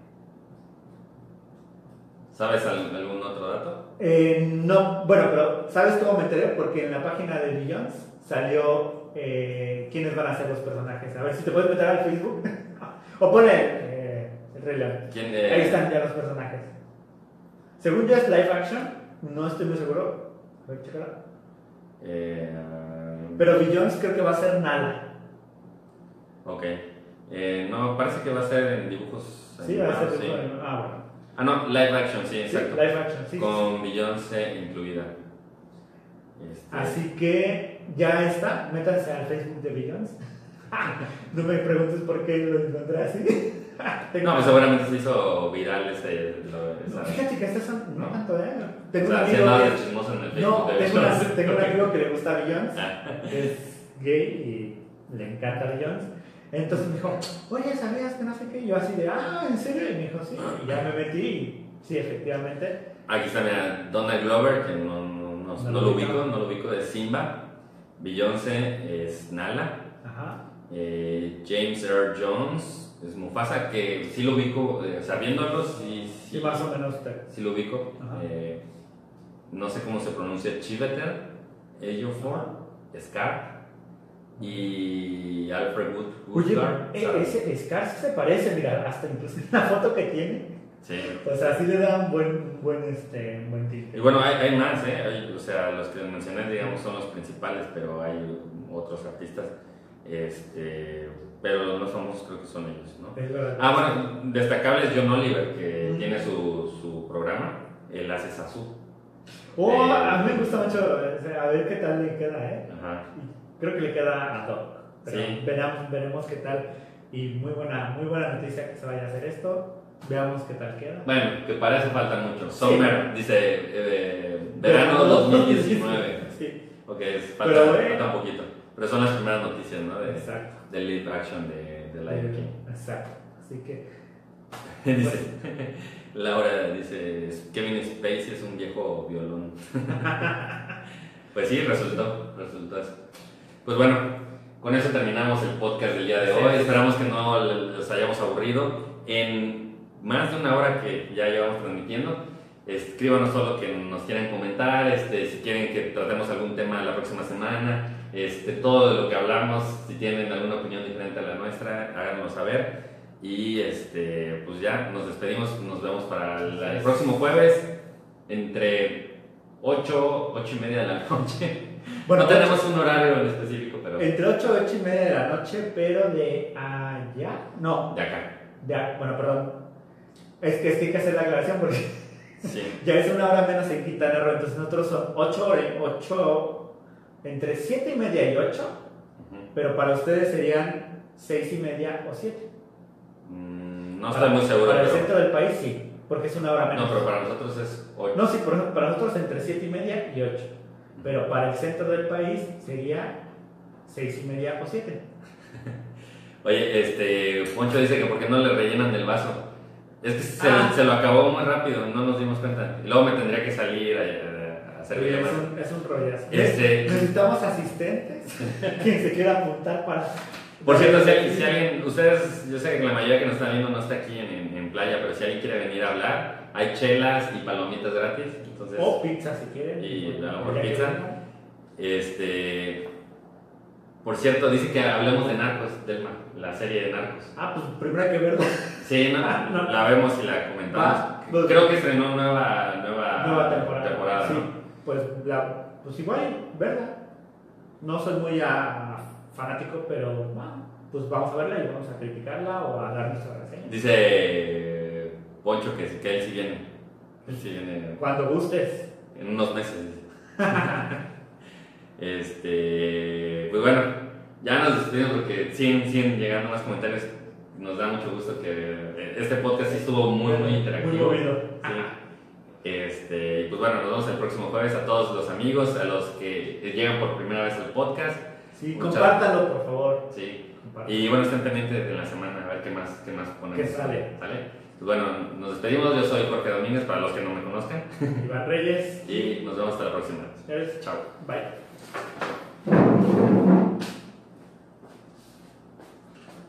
¿Sabes algún otro dato? No, bueno, pero ¿sabes cómo me enteré? Porque en la página de Billions salió quiénes van a ser los personajes. A ver si te puedes meter al Facebook o pone el Rey León. Ahí están ya los personajes. Según yo es live action, no estoy muy seguro. A ver, chécala. Pero Billions creo que va a ser Nala. Ok. No, parece que va a ser en dibujos. Sí, va a ser dibujos. Ah, bueno. Ah, no, live action, sí, exacto. Sí, live action, sí. Con Beyoncé incluida. Así que ya está. Métanse al Facebook de Beyoncé. No me preguntes por qué lo encontré así. No, pues seguramente se hizo viral esa. No, fíjate que estas son. No tanto, Tengo o sea, un amigo. de chismoso en el Facebook. No, tengo un amigo que le gusta Beyoncé. Es gay le encanta Billions. Entonces me dijo, oye, ¿sabías que no sé qué? Y yo así de, ¿en serio? Y me dijo, sí. Y ya me metí y sí, efectivamente. Aquí está, mira, Donald Glover, que no lo ubico, de Simba. Beyoncé es Nala. Ajá. James Earl Jones es Mufasa, que sí lo ubico, sabiéndolo, sí más o menos. Sí lo ubico. No sé cómo se pronuncia, Chiveter, Ejiofor, Scar y Alfred Woodard. Oye, ese Scar sí se parece, mira, hasta incluso la foto que tiene. Sí. O sea, sí le da un buen tinte. Y bueno, hay más, o sea, los que les mencioné, digamos, son los principales, pero hay otros artistas, pero los famosos creo que son ellos, ¿no? Es verdad. Bueno, destacable es John Oliver, que tiene su programa, él hace Sasu. A mí me gusta mucho, a ver qué tal le queda, Ajá. Creo que le queda a Doc, pero sí. veremos qué tal. Y muy buena noticia que se vaya a hacer esto. Veamos qué tal queda. Bueno, que para eso falta mucho. Summer, dice verano 2019. Sí. Ok, falta un poquito. Pero son las primeras noticias, ¿no? Exacto. Del live action de Lion King. Exacto. Así que. Dice, Laura dice: Kevin Spacey es un viejo violón. Pues sí, resultó eso. Pues bueno, con eso terminamos el podcast del día de hoy. Esperamos que no les hayamos aburrido. En más de una hora que ya llevamos transmitiendo, escríbanos todo lo que nos quieran comentar, si quieren que tratemos algún tema la próxima semana, todo de lo que hablamos, si tienen alguna opinión diferente a la nuestra, háganoslo saber. Y pues ya nos despedimos, nos vemos para el próximo jueves entre 8 y media de la noche. Bueno, no tenemos un horario en específico, pero entre 8 y 8 y media de la noche, pero de allá, no, de acá. Bueno, perdón. Es que hay que hacer la aclaración porque sí. Ya es una hora menos en Quintana Roo, entonces nosotros son 8, entre 7 y media y 8, pero para ustedes serían 6 y media o 7. No estoy muy seguro. Para el centro del país sí, porque es una hora menos. No, pero para nosotros es 8. No, sí, por ejemplo, para nosotros entre 7 y media y 8, pero para el centro del país sería 6 y media o 7. Oye, Poncho dice que por qué no le rellenan del vaso. Es que se lo acabó muy rápido, no nos dimos cuenta. Y luego me tendría que salir a hacer videos. Es un rollazo. Necesitamos asistentes. Quien se quiera apuntar para. Por cierto, si alguien, ustedes, yo sé que la mayoría que nos están viendo no está aquí en playa, pero si alguien quiere venir a hablar, hay chelas y palomitas gratis. Entonces, o pizza si quieren. Y a lo mejor pizza. Por cierto, dice que hablemos de Narcos, Delma, la serie de Narcos. Pues primero hay que verlo. Sí, no, la vemos y la comentamos. Creo que estrenó nueva temporada. Sí, ¿no? pues igual, verla. No soy muy fanático, pero pues vamos a verla y vamos a criticarla o a dar nuestra reseña. Dice Poncho que él sí viene. Él sí viene. Cuando gustes. En unos meses. Pues bueno, ya nos despedimos porque siguen llegando más comentarios. Nos da mucho gusto que este podcast sí estuvo muy interactivo. Muy movido. Sí. Pues bueno, nos vemos el próximo jueves. A todos los amigos, a los que llegan por primera vez al podcast. Sí, compártanlo, por favor. Sí. Y bueno, estén pendientes de la semana a ver qué más ponemos. ¿Qué sale? Pues bueno, nos despedimos. Yo soy Jorge Domínguez, para los que no me conozcan. Iván Reyes. Y nos vemos hasta la próxima. Chao. Bye.